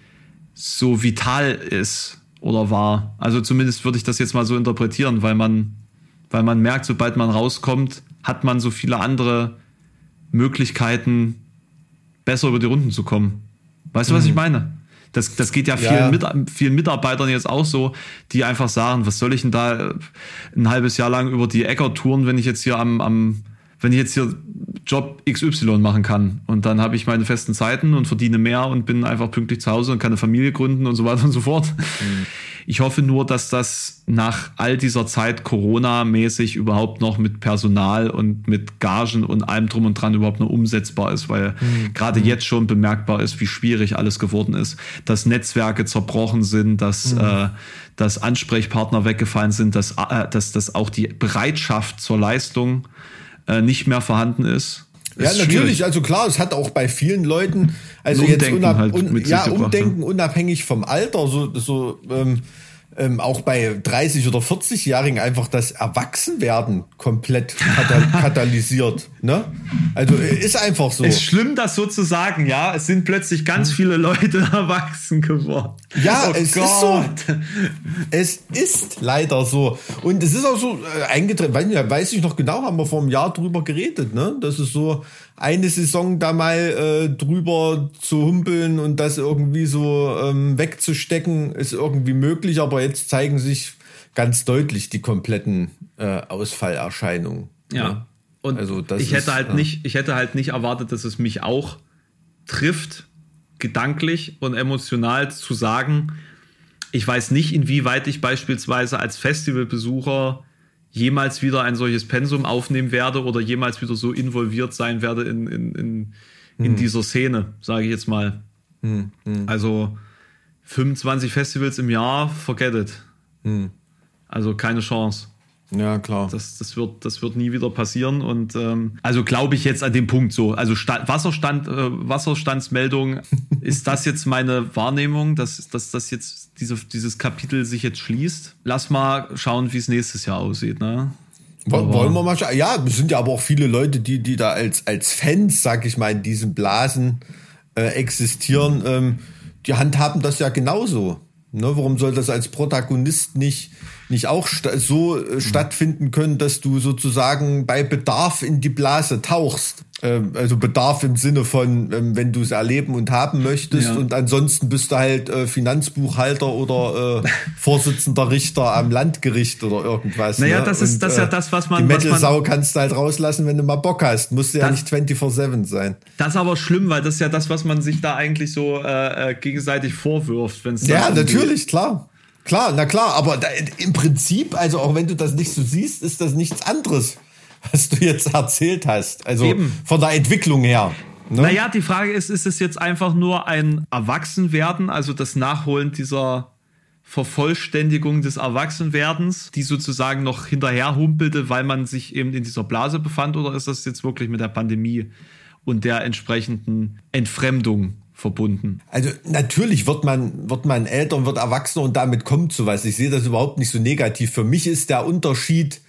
so vital ist oder war. Also zumindest würde ich das jetzt mal so interpretieren, weil man, weil man merkt, sobald man rauskommt, hat man so viele andere Möglichkeiten, besser über die Runden zu kommen. Weißt du, was mhm. ich meine? Das, das geht ja vielen, ja. Mit, vielen Mitarbeitern jetzt auch so, die einfach sagen, was soll ich denn da ein halbes Jahr lang über die Äcker touren, wenn ich jetzt hier am, am wenn ich jetzt hier Job X Y machen kann und dann habe ich meine festen Zeiten und verdiene mehr und bin einfach pünktlich zu Hause und kann eine Familie gründen und so weiter und so fort. Mhm. Ich hoffe nur, dass das nach all dieser Zeit Corona-mäßig überhaupt noch mit Personal und mit Gagen und allem drum und dran überhaupt noch umsetzbar ist, weil mhm. gerade jetzt schon bemerkbar ist, wie schwierig alles geworden ist, dass Netzwerke zerbrochen sind, dass, mhm. äh, dass Ansprechpartner weggefallen sind, dass, äh, dass, dass auch die Bereitschaft zur Leistung äh, nicht mehr vorhanden ist. Ja, natürlich, schwierig. Also klar, es hat auch bei vielen Leuten, also Umdenken jetzt unab, halt un, mit ja, sich gebracht, Umdenken ja. unabhängig vom Alter, so, so ähm, ähm, auch bei dreißig- oder vierzig-Jährigen einfach das Erwachsenwerden komplett katal- katalysiert. Ne? Also ist einfach so. Ist schlimm, das so zu sagen, ja. Es sind plötzlich ganz viele Leute erwachsen geworden. Ja, oh es Gott. ist so. Es ist leider so. Und es ist auch so äh, eingetreten, weiß, nicht, weiß ich noch genau, haben wir vor einem Jahr drüber geredet, ne? Das ist so eine Saison da mal äh, drüber zu humpeln und das irgendwie so ähm, wegzustecken, ist irgendwie möglich, aber jetzt zeigen sich ganz deutlich die kompletten äh, Ausfallerscheinungen. Ja. Ne? Und also das ich hätte ist, halt ja. nicht, ich hätte halt nicht erwartet, dass es mich auch trifft, gedanklich und emotional zu sagen, ich weiß nicht, inwieweit ich beispielsweise als Festivalbesucher jemals wieder ein solches Pensum aufnehmen werde oder jemals wieder so involviert sein werde in, in, in, in hm. dieser Szene, sage ich jetzt mal. Hm, hm. Also fünfundzwanzig Festivals im Jahr, forget it. Hm. Also keine Chance. Ja, klar. Das, das, wird, das wird nie wieder passieren. Und ähm, also glaube ich jetzt an dem Punkt so. Also Sta- Wasserstand, äh, Wasserstandsmeldung, ist das jetzt meine Wahrnehmung, dass, dass das jetzt diese, dieses Kapitel sich jetzt schließt? Lass mal schauen, wie es nächstes Jahr aussieht. Ne? Aber wollen wir mal schauen? Ja, es sind ja aber auch viele Leute, die, die da als, als Fans, sag ich mal, in diesen Blasen äh, existieren. Ähm, die handhaben das ja genauso. Ne, warum soll das als Protagonist nicht, nicht auch sta- so äh, mhm. stattfinden können, dass du sozusagen bei Bedarf in die Blase tauchst? Ähm, also Bedarf im Sinne von, ähm, wenn du es erleben und haben möchtest, ja. Und ansonsten bist du halt äh, Finanzbuchhalter oder äh, Vorsitzender Richter am Landgericht oder irgendwas. Naja, ne? das ist und, das ist ja das, was man... Die was Metal-Sau man, kannst du halt rauslassen, wenn du mal Bock hast. Musst du ja nicht vierundzwanzig sieben sein. Das ist aber schlimm, weil das ist ja das, was man sich da eigentlich so äh, gegenseitig vorwirft. Wenn's Ja, natürlich, klar. Klar, na klar, aber da, im Prinzip, also auch wenn du das nicht so siehst, ist das nichts anderes, was du jetzt erzählt hast. Also Eben. Von der Entwicklung her. Ne? Naja, die Frage ist, ist es jetzt einfach nur ein Erwachsenwerden, also das Nachholen dieser Vervollständigung des Erwachsenwerdens, die sozusagen noch hinterher humpelte, weil man sich eben in dieser Blase befand, oder ist das jetzt wirklich mit der Pandemie und der entsprechenden Entfremdung verbunden? Also natürlich wird man, wird man älter und wird erwachsener und damit kommt sowas. Ich sehe das überhaupt nicht so negativ. Für mich ist der Unterschied,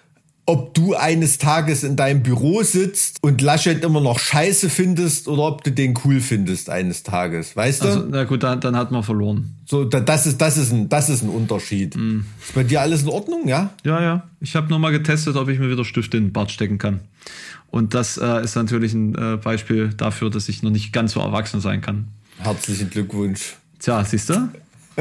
ob du eines Tages in deinem Büro sitzt und Laschet immer noch scheiße findest oder ob du den cool findest eines Tages, weißt du? Also, na gut, dann, dann hat man verloren. So, das ist, das ist ein, das ist ein Unterschied. Mm. Ist bei dir alles in Ordnung, ja? Ja, ja. Ich habe nur mal getestet, ob ich mir wieder Stifte in den Bart stecken kann. Und das äh, ist natürlich ein äh, Beispiel dafür, dass ich noch nicht ganz so erwachsen sein kann. Herzlichen Glückwunsch. Tja, siehst du?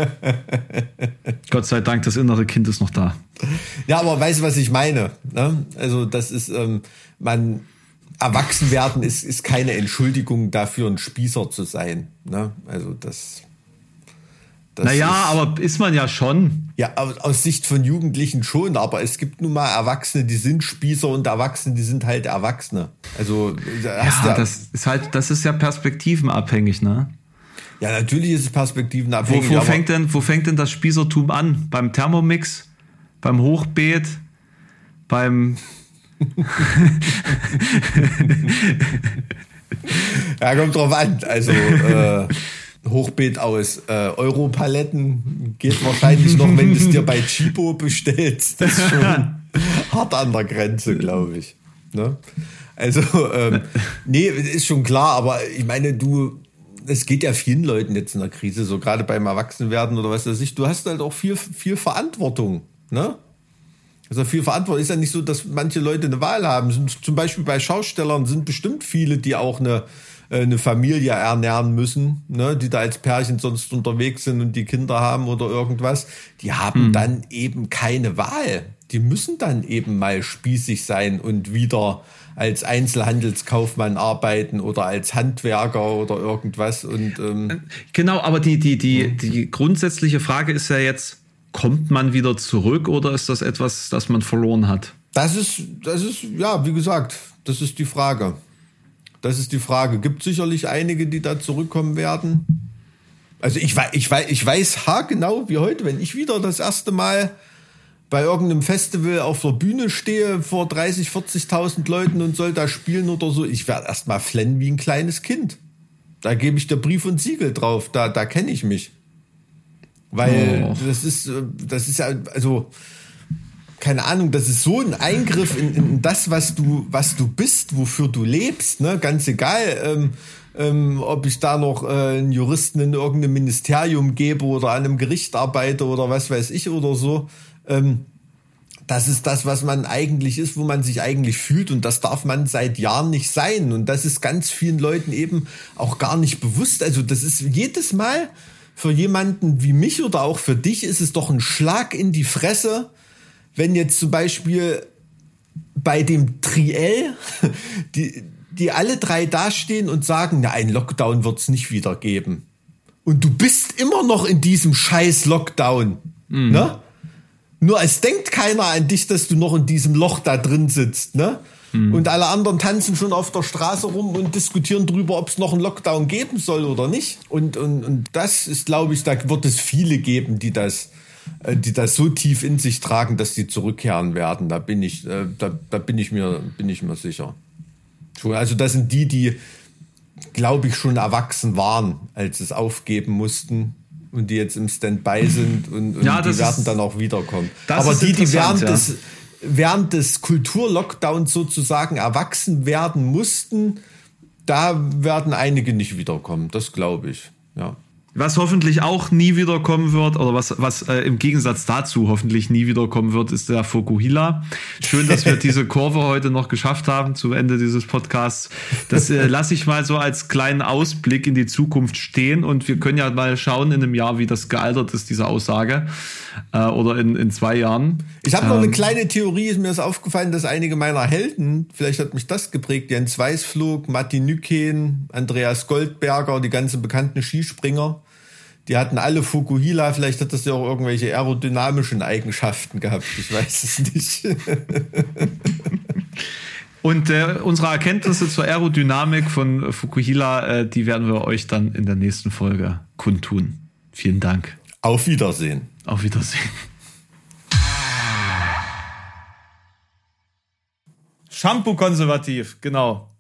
Gott sei Dank, das innere Kind ist noch da. Ja, aber weißt du, was ich meine? Ne? Also das ist, ähm, man erwachsen werden ist, ist keine Entschuldigung dafür, ein Spießer zu sein. Ne? Also das... Das naja, ist, aber ist man ja schon. Ja, aus, aus Sicht von Jugendlichen schon, aber es gibt nun mal Erwachsene, die sind Spießer und Erwachsene, die sind halt Erwachsene. Also ja, hast ja, das ist halt, das ist ja perspektivenabhängig, ne? Ja, natürlich ist es perspektivenabhängig. Wo, wo fängt denn, wo fängt denn das Spießertum an? Beim Thermomix, beim Hochbeet, beim ja, kommt drauf an. Also äh, Hochbeet aus äh, Europaletten geht wahrscheinlich noch, wenn du es dir bei Chibo bestellst. Das ist schon hart an der Grenze, glaube ich. Ne? Also, ähm, nee, ist schon klar, aber ich meine, du, es geht ja vielen Leuten jetzt in der Krise, so gerade beim Erwachsenwerden oder was weiß ich, du hast halt auch viel, viel Verantwortung, ne? Also viel Verantwortung. Ist ja nicht so, dass manche Leute eine Wahl haben. Zum Beispiel bei Schaustellern sind bestimmt viele, die auch eine eine Familie ernähren müssen, ne, die da als Pärchen sonst unterwegs sind und die Kinder haben oder irgendwas, die haben mhm. dann eben keine Wahl. Die müssen dann eben mal spießig sein und wieder als Einzelhandelskaufmann arbeiten oder als Handwerker oder irgendwas. Und ähm genau, aber die, die, die, die grundsätzliche Frage ist ja jetzt, kommt man wieder zurück oder ist das etwas, das man verloren hat? Das ist, das ist, ja, wie gesagt, das ist die Frage. Das ist die Frage. Gibt sicherlich einige, die da zurückkommen werden. Also ich weiß, ich weiß, ich weiß haargenau wie heute, wenn ich wieder das erste Mal bei irgendeinem Festival auf der Bühne stehe vor dreißig, vierzigtausend Leuten und soll da spielen oder so, ich werde erst mal flennen wie ein kleines Kind. Da gebe ich dir Brief und Siegel drauf, da, da kenne ich mich. Weil Oh. das ist, das ist ja, also, keine Ahnung, das ist so ein Eingriff in, in das, was du, was du bist, wofür du lebst, ne? Ganz egal, ähm, ähm, ob ich da noch äh, einen Juristen in irgendeinem Ministerium gebe oder an einem Gericht arbeite oder was weiß ich oder so. Ähm, das ist das, was man eigentlich ist, wo man sich eigentlich fühlt, und das darf man seit Jahren nicht sein. Und das ist ganz vielen Leuten eben auch gar nicht bewusst. Also das ist jedes Mal für jemanden wie mich oder auch für dich ist es doch ein Schlag in die Fresse, wenn jetzt zum Beispiel bei dem Triell die, die alle drei dastehen und sagen, na, ein Lockdown wird es nicht wieder geben. Und du bist immer noch in diesem scheiß Lockdown. Mhm. Ne? Nur es denkt keiner an dich, dass du noch in diesem Loch da drin sitzt. Ne? Mhm. Und alle anderen tanzen schon auf der Straße rum und diskutieren drüber, ob es noch einen Lockdown geben soll oder nicht. Und, und, und das ist, glaube ich, da wird es viele geben, die das die das so tief in sich tragen, dass die zurückkehren werden. Da bin ich, äh, da, da bin ich mir, bin ich mir sicher. Also das sind die, die, glaube ich, schon erwachsen waren, als es aufgeben mussten und die jetzt im Standby sind und, und ja, die werden ist, dann auch wiederkommen. Das Aber ist die, die während ja. des, während des Kulturlockdowns sozusagen erwachsen werden mussten, da werden einige nicht wiederkommen. Das glaube ich, ja. Was hoffentlich auch nie wiederkommen wird, oder was, was äh, im Gegensatz dazu hoffentlich nie wiederkommen wird, ist der Fukuhila. Schön, dass wir diese Kurve heute noch geschafft haben zum Ende dieses Podcasts. Das äh, lasse ich mal so als kleinen Ausblick in die Zukunft stehen, und wir können ja mal schauen in einem Jahr, wie das gealtert ist, diese Aussage, äh, oder in, in zwei Jahren. Ich habe noch ähm, eine kleine Theorie, ist mir ist aufgefallen, dass einige meiner Helden, vielleicht hat mich das geprägt, Jens Weißflog, Matti Nüken, Andreas Goldberger, die ganzen bekannten Skispringer, die hatten alle Fukuhila, vielleicht hat das ja auch irgendwelche aerodynamischen Eigenschaften gehabt, ich weiß es nicht. Und äh, unsere Erkenntnisse zur Aerodynamik von Fukuhila, äh, die werden wir euch dann in der nächsten Folge kundtun. Vielen Dank. Auf Wiedersehen. Auf Wiedersehen. Shampoo-konservativ, genau.